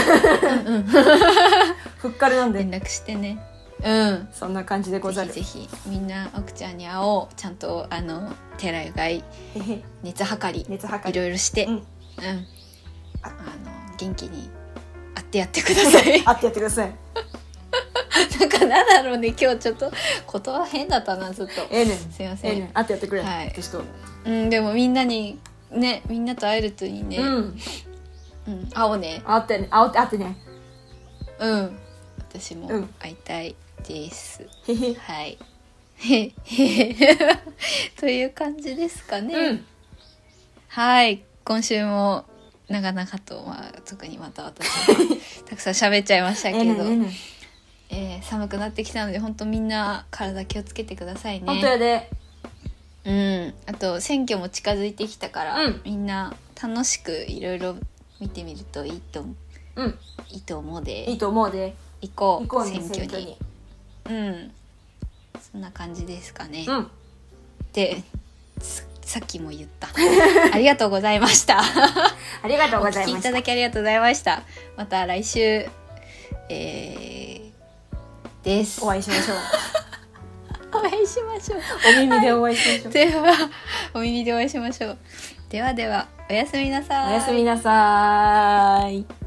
ふっかるなんで連絡してね。うん、 そんな感じでござる。 ぜひぜひみんな奥ちゃんに会おう。ちゃんとあの手洗いうがい熱測り熱測りいろいろして、うん、うん、あの元気に会ってやってください。 会ってやってください。 なんかなんだろうね、今日ちょっと言葉変だったな、ずっと。 ええねん、 すいません。ええねん、 会ってやってくれ。 はい、 私と。 うん、でもみんなにね、みんなと会えるといいね。うん、うん、会おうね。 会ってね、会って会ってね。 うん、私も会いたいです。 うん、 はい。という感じですかね。 うん、 はい、今週も長々と、まあ、特にまた私はたくさん喋っちゃいましたけど、えーねえー、寒くなってきたので本当みんな体気をつけてくださいね。 本当やで。 うん、あと選挙も近づいてきたから、うん、みんな楽しくいろいろ見てみるといいと、うん、いいと思うでいいと思うで行こう、 行こうね、 選挙に。 選挙に。 うん、そんな感じですかね。 うん、 でさっきも言ったありがとうございましたありがとうございました。 お聞きいただきありがとうございました。また来週、えー、ですお会いしましょうお会いしましょうお耳でお会いしましょう、はい、 ではお耳でお会いしましょう。ではではおやすみなさい。 おやすみなさい。